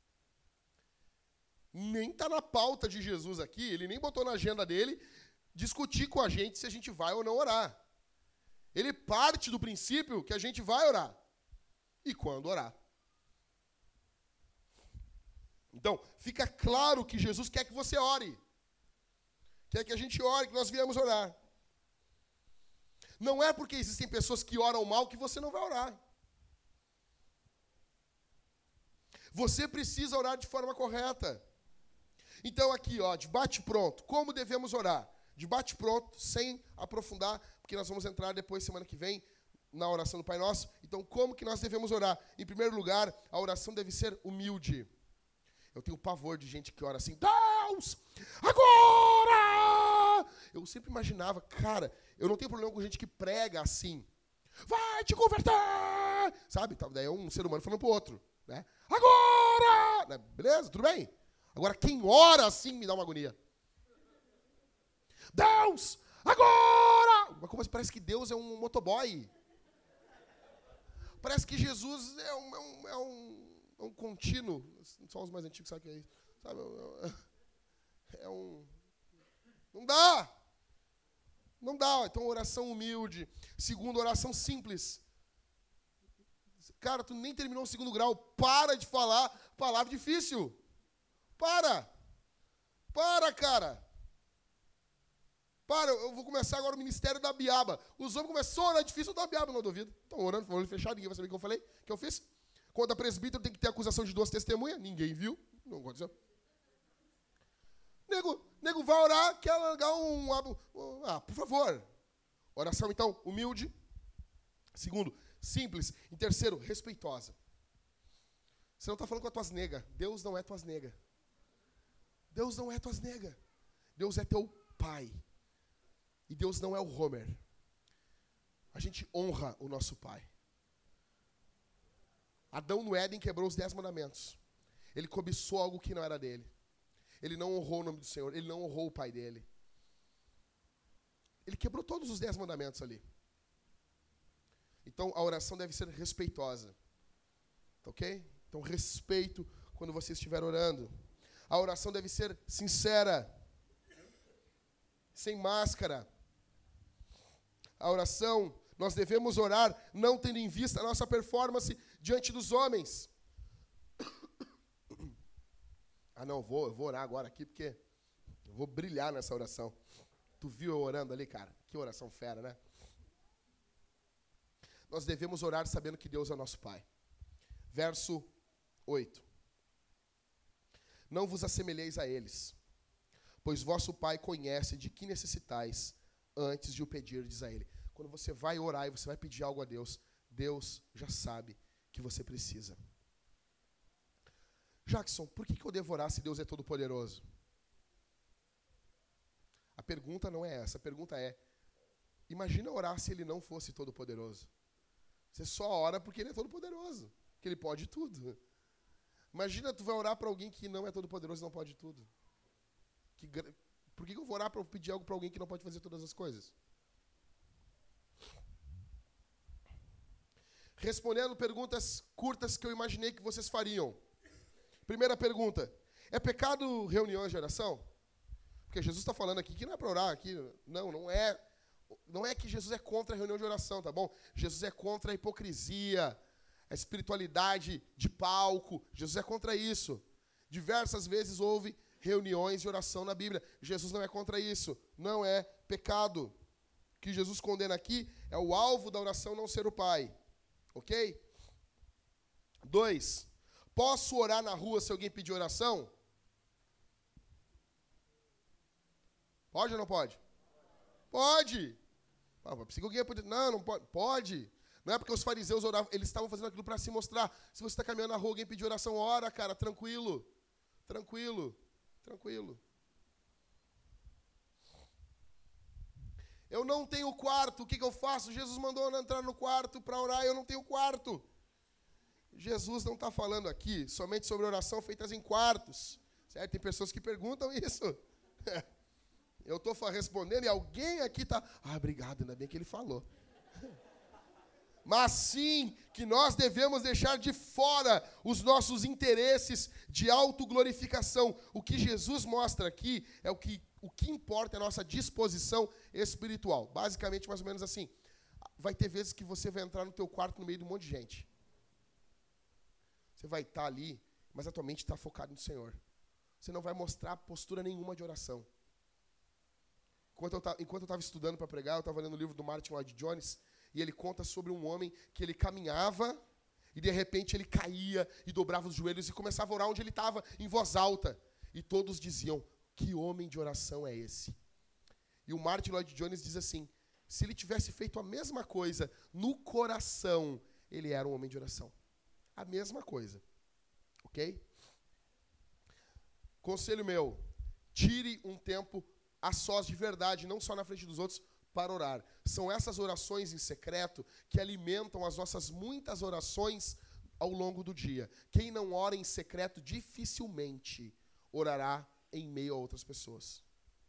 Nem está na pauta de Jesus aqui, ele nem botou na agenda dele discutir com a gente se a gente vai ou não orar. Ele parte do princípio que a gente vai orar. E quando orar. Então, fica claro que Jesus quer que você ore. Quer que a gente ore, que nós viemos orar. Não é porque existem pessoas que oram mal que você não vai orar. Você precisa orar de forma correta. Então aqui, ó, de bate-pronto, como devemos orar? De bate-pronto, sem aprofundar, porque nós vamos entrar depois, semana que vem, na oração do Pai Nosso. Então, como que nós devemos orar? Em primeiro lugar, a oração deve ser humilde. Eu tenho pavor de gente que ora assim, Deus, agora! Eu sempre imaginava, cara, eu não tenho problema com gente que prega assim. Vai te converter! Sabe? Daí é um ser humano falando pro outro, né? Agora! Beleza? Tudo bem? Agora, quem ora assim me dá uma agonia. Deus, agora! Mas como parece que Deus é um motoboy. Parece que Jesus é um contínuo. Só os mais antigos sabem o que é isso. Sabe? Não dá. Não dá. Então, oração humilde. Segundo, oração simples. Cara, tu nem terminou o 2º grau. Para de falar palavra difícil. Para, cara. Eu vou começar agora o ministério da biaba. Os homens começam a orar difícil, eu dou a biaba, não duvido. Estão orando, com o olho fechado, ninguém vai saber o que eu falei, o que eu fiz. Quando a presbítero tem que ter acusação de 2 testemunhas, ninguém viu, não aconteceu. Nego vai orar, quer largar por favor. Oração, então, humilde. Segundo, simples. Em terceiro, respeitosa. Você não está falando com as tuas negas. Deus não é tuas negas. Deus não é tuas negas. Deus é teu pai. E Deus não é o Homer. A gente honra o nosso pai. Adão no Éden quebrou os 10 mandamentos. Ele cobiçou algo que não era dele. Ele não honrou o nome do Senhor. Ele não honrou o pai dele. Ele quebrou todos os 10 mandamentos ali. Então, a oração deve ser respeitosa. Ok? Então, respeito quando você estiver orando. A oração deve ser sincera. Sem máscara. A oração, nós devemos orar não tendo em vista a nossa performance diante dos homens. Eu vou orar agora aqui, porque eu vou brilhar nessa oração. Tu viu eu orando ali, cara? Que oração fera, né? Nós devemos orar sabendo que Deus é nosso Pai. Verso 8. Não vos assemelheis a eles, pois vosso Pai conhece de que necessitais antes de o pedirdes a Ele. Quando você vai orar e você vai pedir algo a Deus, Deus já sabe que você precisa. Jackson, por que eu devo orar se Deus é todo poderoso? A pergunta não é essa. A pergunta é, imagina orar se Ele não fosse todo poderoso. Você só ora porque Ele é todo poderoso, que Ele pode tudo. Imagina tu vai orar para alguém que não é todo poderoso e não pode tudo. Por que eu vou orar para pedir algo para alguém que não pode fazer todas as coisas? Respondendo perguntas curtas que eu imaginei que vocês fariam. Primeira pergunta, é pecado reuniões de oração? Porque Jesus está falando aqui que não é para orar aqui. Não é. Não é que Jesus é contra a reunião de oração, tá bom? Jesus é contra a hipocrisia, a espiritualidade de palco. Jesus é contra isso. Diversas vezes houve reuniões de oração na Bíblia. Jesus não é contra isso. Não é pecado. O que Jesus condena aqui é o alvo da oração não ser o Pai. Ok? 2. Posso orar na rua se alguém pedir oração? Pode ou não pode? Pode. Não pode. Pode. Não é porque os fariseus oravam, eles estavam fazendo aquilo para se mostrar. Se você está caminhando na rua, alguém pedir oração, ora, cara, tranquilo. Tranquilo. Tranquilo. Eu não tenho quarto, o que eu faço? Jesus mandou eu entrar no quarto para orar, eu não tenho quarto. Jesus não está falando aqui somente sobre oração feitas em quartos. Certo? Tem pessoas que perguntam isso. Eu estou respondendo e alguém aqui está... obrigado, ainda bem que ele falou. Mas sim que nós devemos deixar de fora os nossos interesses de autoglorificação. O que Jesus mostra aqui é o que importa é a nossa disposição espiritual. Basicamente, mais ou menos assim. Vai ter vezes que você vai entrar no teu quarto no meio de um monte de gente. Você vai estar ali, mas a tua mente está focada no Senhor. Você não vai mostrar postura nenhuma de oração. Enquanto eu estava estudando para pregar, eu estava lendo o livro do Martin Lloyd Jones, e ele conta sobre um homem que ele caminhava, e de repente ele caía e dobrava os joelhos e começava a orar onde ele estava, em voz alta. E todos diziam, que homem de oração é esse? E o Martin Lloyd Jones diz assim, se ele tivesse feito a mesma coisa no coração, ele era um homem de oração. A mesma coisa. Ok? Conselho meu, tire um tempo a sós de verdade, não só na frente dos outros, para orar. São essas orações em secreto que alimentam as nossas muitas orações ao longo do dia. Quem não ora em secreto dificilmente orará em meio a outras pessoas.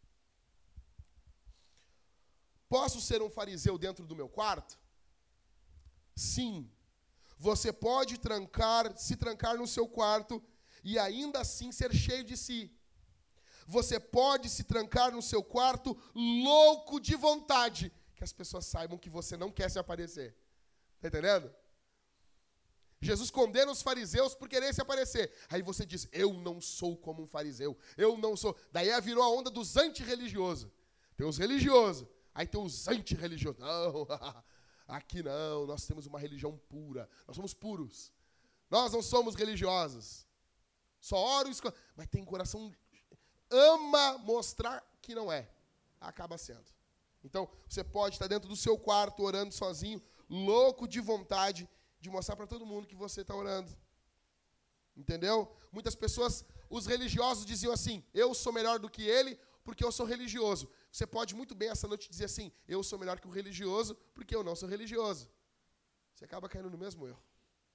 Posso ser um fariseu dentro do meu quarto? Sim. Você pode se trancar no seu quarto e ainda assim ser cheio de si. Você pode se trancar no seu quarto louco de vontade, que as pessoas saibam que você não quer se aparecer. Está entendendo? Jesus condena os fariseus por querer se aparecer. Aí você diz, eu não sou como um fariseu. Eu não sou. Daí virou a onda dos antirreligiosos. Tem os religiosos, aí tem os antirreligiosos. Não, aqui não, nós temos uma religião pura. Nós somos puros. Nós não somos religiosos. Só oro, mas tem coração... ama mostrar que não é. Acaba sendo. Então, você pode estar dentro do seu quarto, orando sozinho, louco de vontade de mostrar para todo mundo que você está orando. Entendeu? Muitas pessoas, os religiosos diziam assim, eu sou melhor do que ele porque eu sou religioso. Você pode muito bem essa noite dizer assim, eu sou melhor que o religioso porque eu não sou religioso. Você acaba caindo no mesmo erro.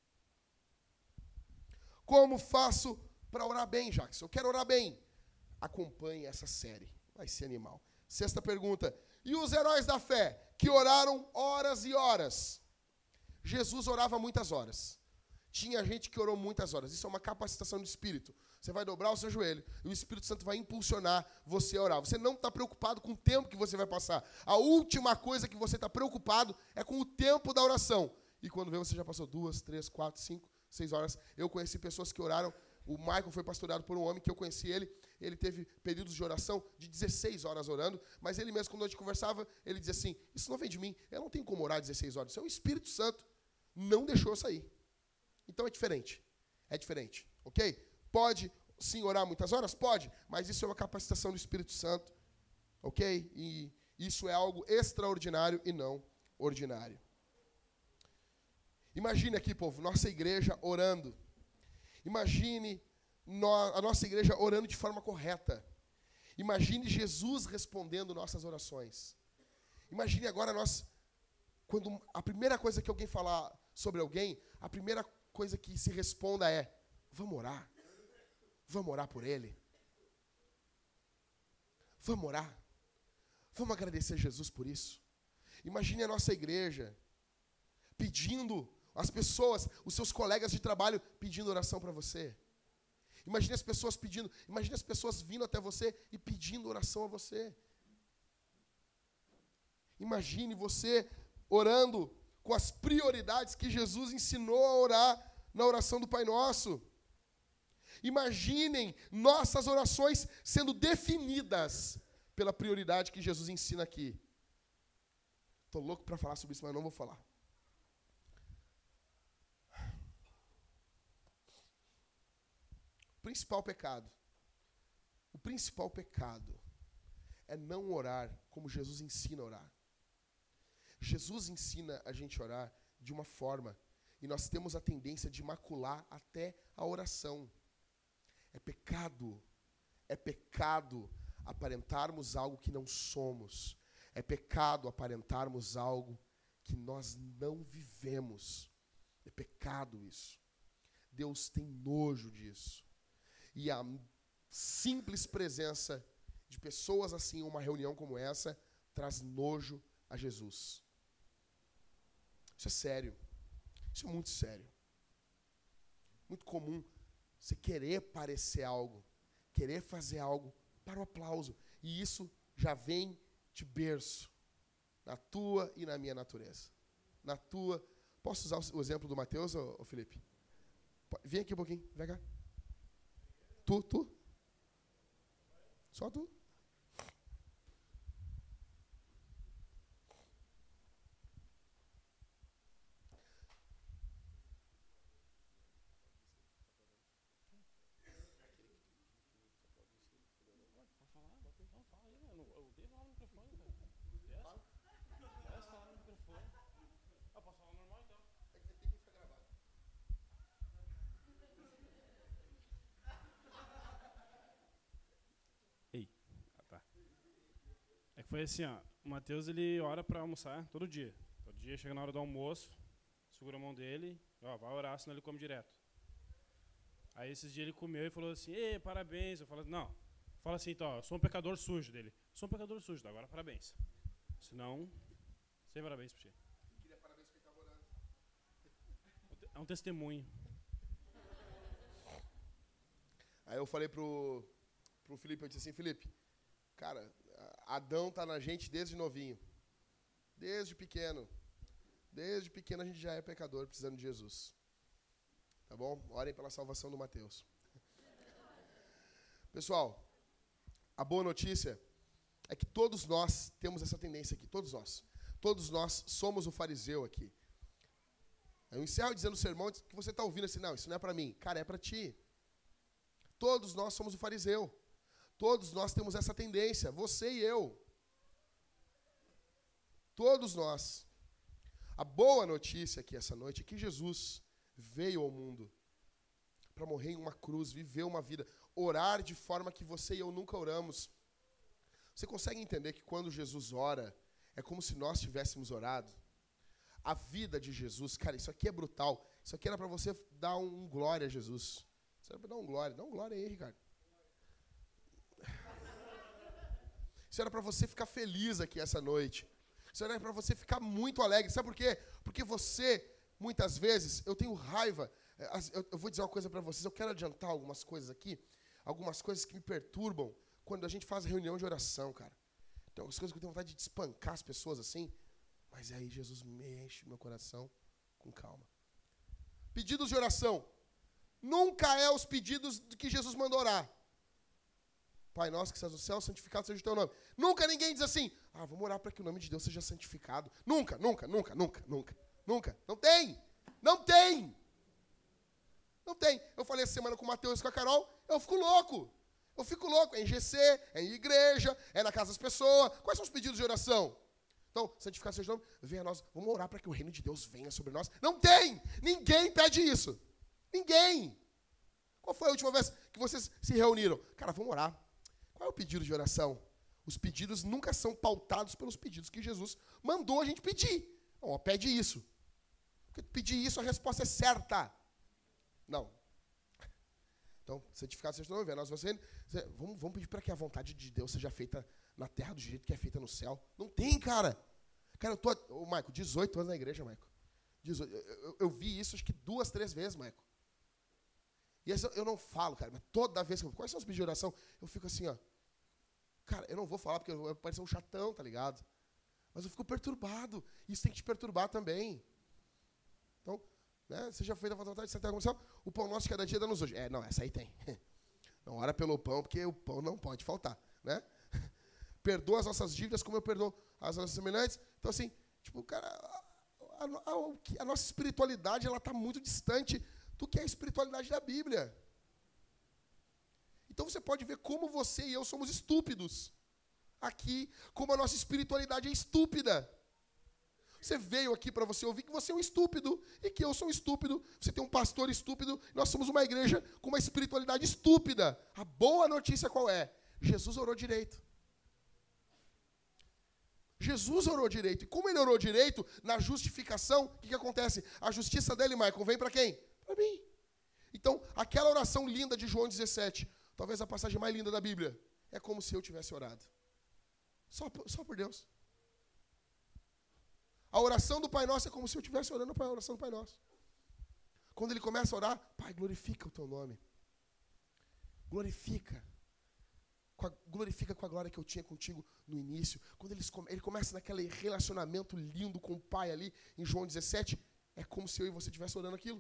Como faço para orar bem, Jackson? Eu quero orar bem. Acompanhe essa série. Vai ser animal. Sexta pergunta. E os heróis da fé que oraram horas e horas? Jesus orava muitas horas. Tinha gente que orou muitas horas. Isso é uma capacitação do Espírito. Você vai dobrar o seu joelho e o Espírito Santo vai impulsionar você a orar. Você não está preocupado com o tempo que você vai passar. A última coisa que você está preocupado é com o tempo da oração. E quando vê, você já passou 2, 3, 4, 5, 6 horas. Eu conheci pessoas que oraram. O Michael foi pastoreado por um homem que eu conheci ele. Ele teve períodos de oração de 16 horas orando. Mas ele mesmo, quando a gente conversava, ele dizia assim, isso não vem de mim. Eu não tenho como orar 16 horas. Isso é o Espírito Santo. Não deixou eu sair. Então é diferente. É diferente. Ok? Pode sim orar muitas horas? Pode. Mas isso é uma capacitação do Espírito Santo. Ok? E isso é algo extraordinário e não ordinário. Imagine aqui, povo, nossa igreja orando. Imagine a nossa igreja orando de forma correta. Imagine Jesus respondendo nossas orações. Imagine agora nós, quando a primeira coisa que alguém falar sobre alguém, a primeira coisa que se responda é, vamos orar. Vamos orar por ele. Vamos orar. Vamos agradecer a Jesus por isso. Imagine a nossa igreja pedindo, as pessoas, os seus colegas de trabalho pedindo oração para você. Imagine as pessoas pedindo, imagine as pessoas vindo até você e pedindo oração a você. Imagine você orando com as prioridades que Jesus ensinou a orar na oração do Pai Nosso. Imaginem nossas orações sendo definidas pela prioridade que Jesus ensina aqui. Estou louco para falar sobre isso, mas não vou falar. O principal pecado é não orar como Jesus ensina a orar. Jesus ensina a gente a orar de uma forma, e nós temos a tendência de macular até a oração. É pecado aparentarmos algo que não somos. É pecado aparentarmos algo que nós não vivemos. É pecado isso. Deus tem nojo disso. E a simples presença de pessoas assim em uma reunião como essa traz nojo a Jesus. Isso é sério. Isso é muito sério. Muito comum você querer parecer algo, querer fazer algo para o aplauso. E isso já vem de berço, na tua e na minha natureza. Na tua. Posso usar o exemplo do Mateus, ô Felipe? Vem aqui um pouquinho, vem cá. Tu? Só tu? Foi assim, ó, o Mateus, ele ora para almoçar todo dia. Todo dia, chega na hora do almoço, segura a mão dele, ó, vai orar, senão ele come direto. Aí esses dias ele comeu e falou assim, ei, parabéns. Eu falo, não, fala assim, então, eu sou um pecador sujo dele. Sou um pecador sujo, agora parabéns. Senão, sem parabéns pra você. Queria parabéns porque ele estava orando. É um testemunho. Aí eu falei pro Felipe, eu disse assim, Felipe, cara, Adão está na gente desde novinho. Desde pequeno. Desde pequeno a gente já é pecador, precisando de Jesus. Tá bom? Orem pela salvação do Mateus. Pessoal, a boa notícia é que todos nós temos essa tendência aqui. Todos nós. Todos nós somos o fariseu aqui. Eu encerro dizendo o sermão que você está ouvindo assim, não, isso não é para mim. Cara, é para ti. Todos nós somos o fariseu. Todos nós temos essa tendência, você e eu. Todos nós. A boa notícia aqui essa noite é que Jesus veio ao mundo para morrer em uma cruz, viver uma vida, orar de forma que você e eu nunca oramos. Você consegue entender que quando Jesus ora, é como se nós tivéssemos orado? A vida de Jesus, cara, isso aqui é brutal. Isso aqui era para você dar um glória a Jesus. Isso era para dar um glória. Dá um glória aí, Ricardo. Isso era para você ficar feliz aqui essa noite. Isso era para você ficar muito alegre. Sabe por quê? Porque você, muitas vezes, eu tenho raiva. Eu vou dizer uma coisa para vocês. Eu quero adiantar algumas coisas aqui. Algumas coisas que me perturbam quando a gente faz reunião de oração, cara. Tem algumas coisas que eu tenho vontade de espancar as pessoas assim. Mas aí Jesus me enche meu coração com calma. Pedidos de oração. Nunca é os pedidos que Jesus mandou orar. Pai nosso que estás no céu, santificado seja o teu nome. Nunca ninguém diz assim, vamos orar para que o nome de Deus seja santificado. Nunca, nunca, nunca, nunca, nunca, nunca. Não tem. Não tem. Não tem. Eu falei essa semana com o Mateus e com a Carol, eu fico louco. Eu fico louco. É em GC, é em igreja, é na casa das pessoas. Quais são os pedidos de oração? Então, santificado seja o nome, venha a nós, vamos orar para que o reino de Deus venha sobre nós. Não tem! Ninguém pede isso. Ninguém. Qual foi a última vez que vocês se reuniram? Cara, vamos orar. Qual é o pedido de oração? Os pedidos nunca são pautados pelos pedidos que Jesus mandou a gente pedir. Não, pede isso. Porque pedir isso, a resposta é certa. Não. Então, santificado seja o nome, venha a nós, vamos pedir para que a vontade de Deus seja feita na terra do jeito que é feita no céu. Não tem, cara. Cara, eu tô, Maico, 18 anos na igreja, Maico. Eu vi isso acho que 2, 3 vezes, Maico. E eu não falo, cara, mas toda vez que quais são os pedidos de oração, eu fico assim, ó. Cara, eu não vou falar porque eu vou parecer um chatão, tá ligado? Mas eu fico perturbado. Isso tem que te perturbar também. Então, né, seja feita a vontade de Santa como céu, o pão nosso de cada dia dá-nos hoje. Não, essa aí tem. Não ora pelo pão, porque o pão não pode faltar, né? Perdoa as nossas dívidas como eu perdoo as nossas semelhantes. Então, assim, tipo, cara, a nossa espiritualidade, ela está muito distante do que é a espiritualidade da Bíblia. Então, você pode ver como você e eu somos estúpidos. Aqui, como a nossa espiritualidade é estúpida. Você veio aqui para você ouvir que você é um estúpido e que eu sou um estúpido. Você tem um pastor estúpido. Nós somos uma igreja com uma espiritualidade estúpida. A boa notícia qual é? Jesus orou direito. Jesus orou direito. E como ele orou direito, na justificação, o que acontece? A justiça dele, Michael, vem para quem? Para mim. Então, aquela oração linda de João 17, talvez a passagem mais linda da Bíblia, é como se eu tivesse orado. Só por Deus. A oração do Pai Nosso é como se eu estivesse orando para a oração do Pai Nosso. Quando ele começa a orar, Pai, glorifica o teu nome. Glorifica com a glória que eu tinha contigo no início. Quando ele começa naquele relacionamento lindo com o Pai ali, em João 17, é como se eu e você estivesse orando aquilo.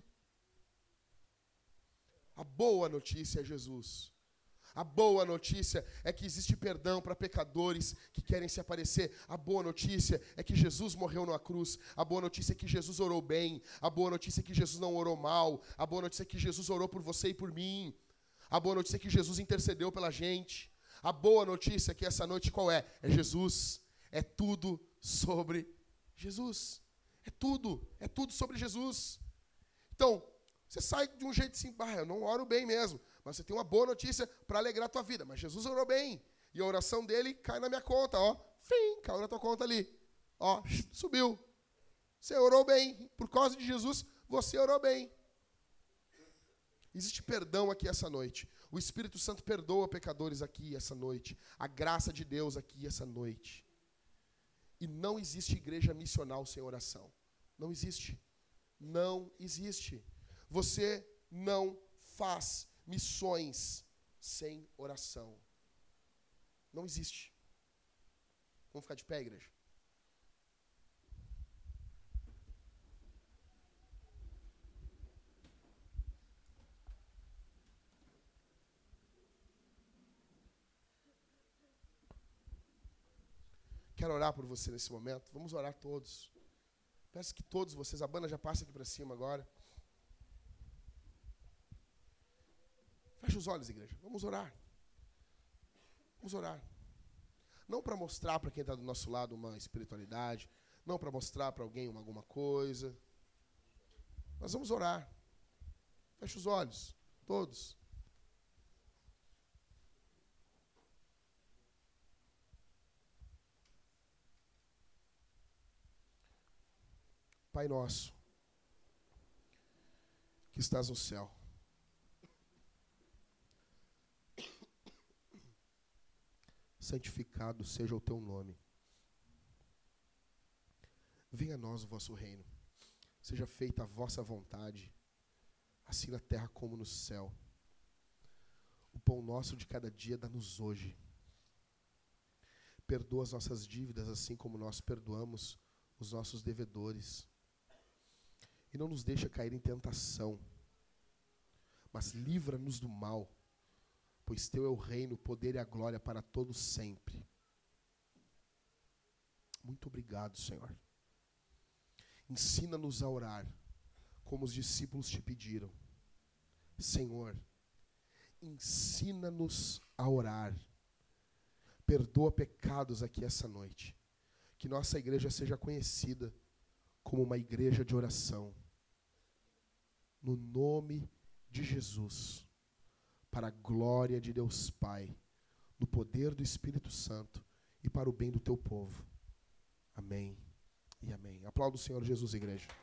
A boa notícia é Jesus. A boa notícia é que existe perdão para pecadores que querem se aparecer. A boa notícia é que Jesus morreu na cruz. A boa notícia é que Jesus orou bem. A boa notícia é que Jesus não orou mal. A boa notícia é que Jesus orou por você e por mim. A boa notícia é que Jesus intercedeu pela gente. A boa notícia é que essa noite qual é? É Jesus. É tudo sobre Jesus. É tudo sobre Jesus. Então, você sai de um jeito assim, eu não oro bem mesmo. Mas você tem uma boa notícia para alegrar a tua vida. Mas Jesus orou bem. E a oração dele cai na minha conta, ó. Caiu na tua conta ali. Ó, subiu. Você orou bem. Por causa de Jesus, você orou bem. Existe perdão aqui essa noite. O Espírito Santo perdoa pecadores aqui essa noite. A graça de Deus aqui essa noite. E não existe igreja missional sem oração. Não existe. Não existe. Você não faz missões sem oração. Não existe. Vamos ficar de pé, igreja? Quero orar por você nesse momento. Vamos orar todos. Peço que todos vocês, a banda já passa aqui para cima agora. Feche os olhos, igreja. Vamos orar. Vamos orar. Não para mostrar para quem está do nosso lado uma espiritualidade. Não para mostrar para alguém alguma coisa. Mas vamos orar. Feche os olhos. Todos. Pai nosso, que estás no céu, santificado seja o teu nome. Venha a nós o vosso reino. Seja feita a vossa vontade, assim na terra como no céu. O pão nosso de cada dia dá-nos hoje. Perdoa as nossas dívidas, assim como nós perdoamos os nossos devedores. E não nos deixa cair em tentação, mas livra-nos do mal, pois teu é o reino, o poder e a glória para todos sempre. Muito obrigado, Senhor. Ensina-nos a orar, como os discípulos te pediram. Senhor, ensina-nos a orar. Perdoa pecados aqui essa noite. Que nossa igreja seja conhecida como uma igreja de oração. No nome de Jesus, para a glória de Deus Pai, no poder do Espírito Santo e para o bem do teu povo. Amém e amém. Aplauda o Senhor Jesus, igreja.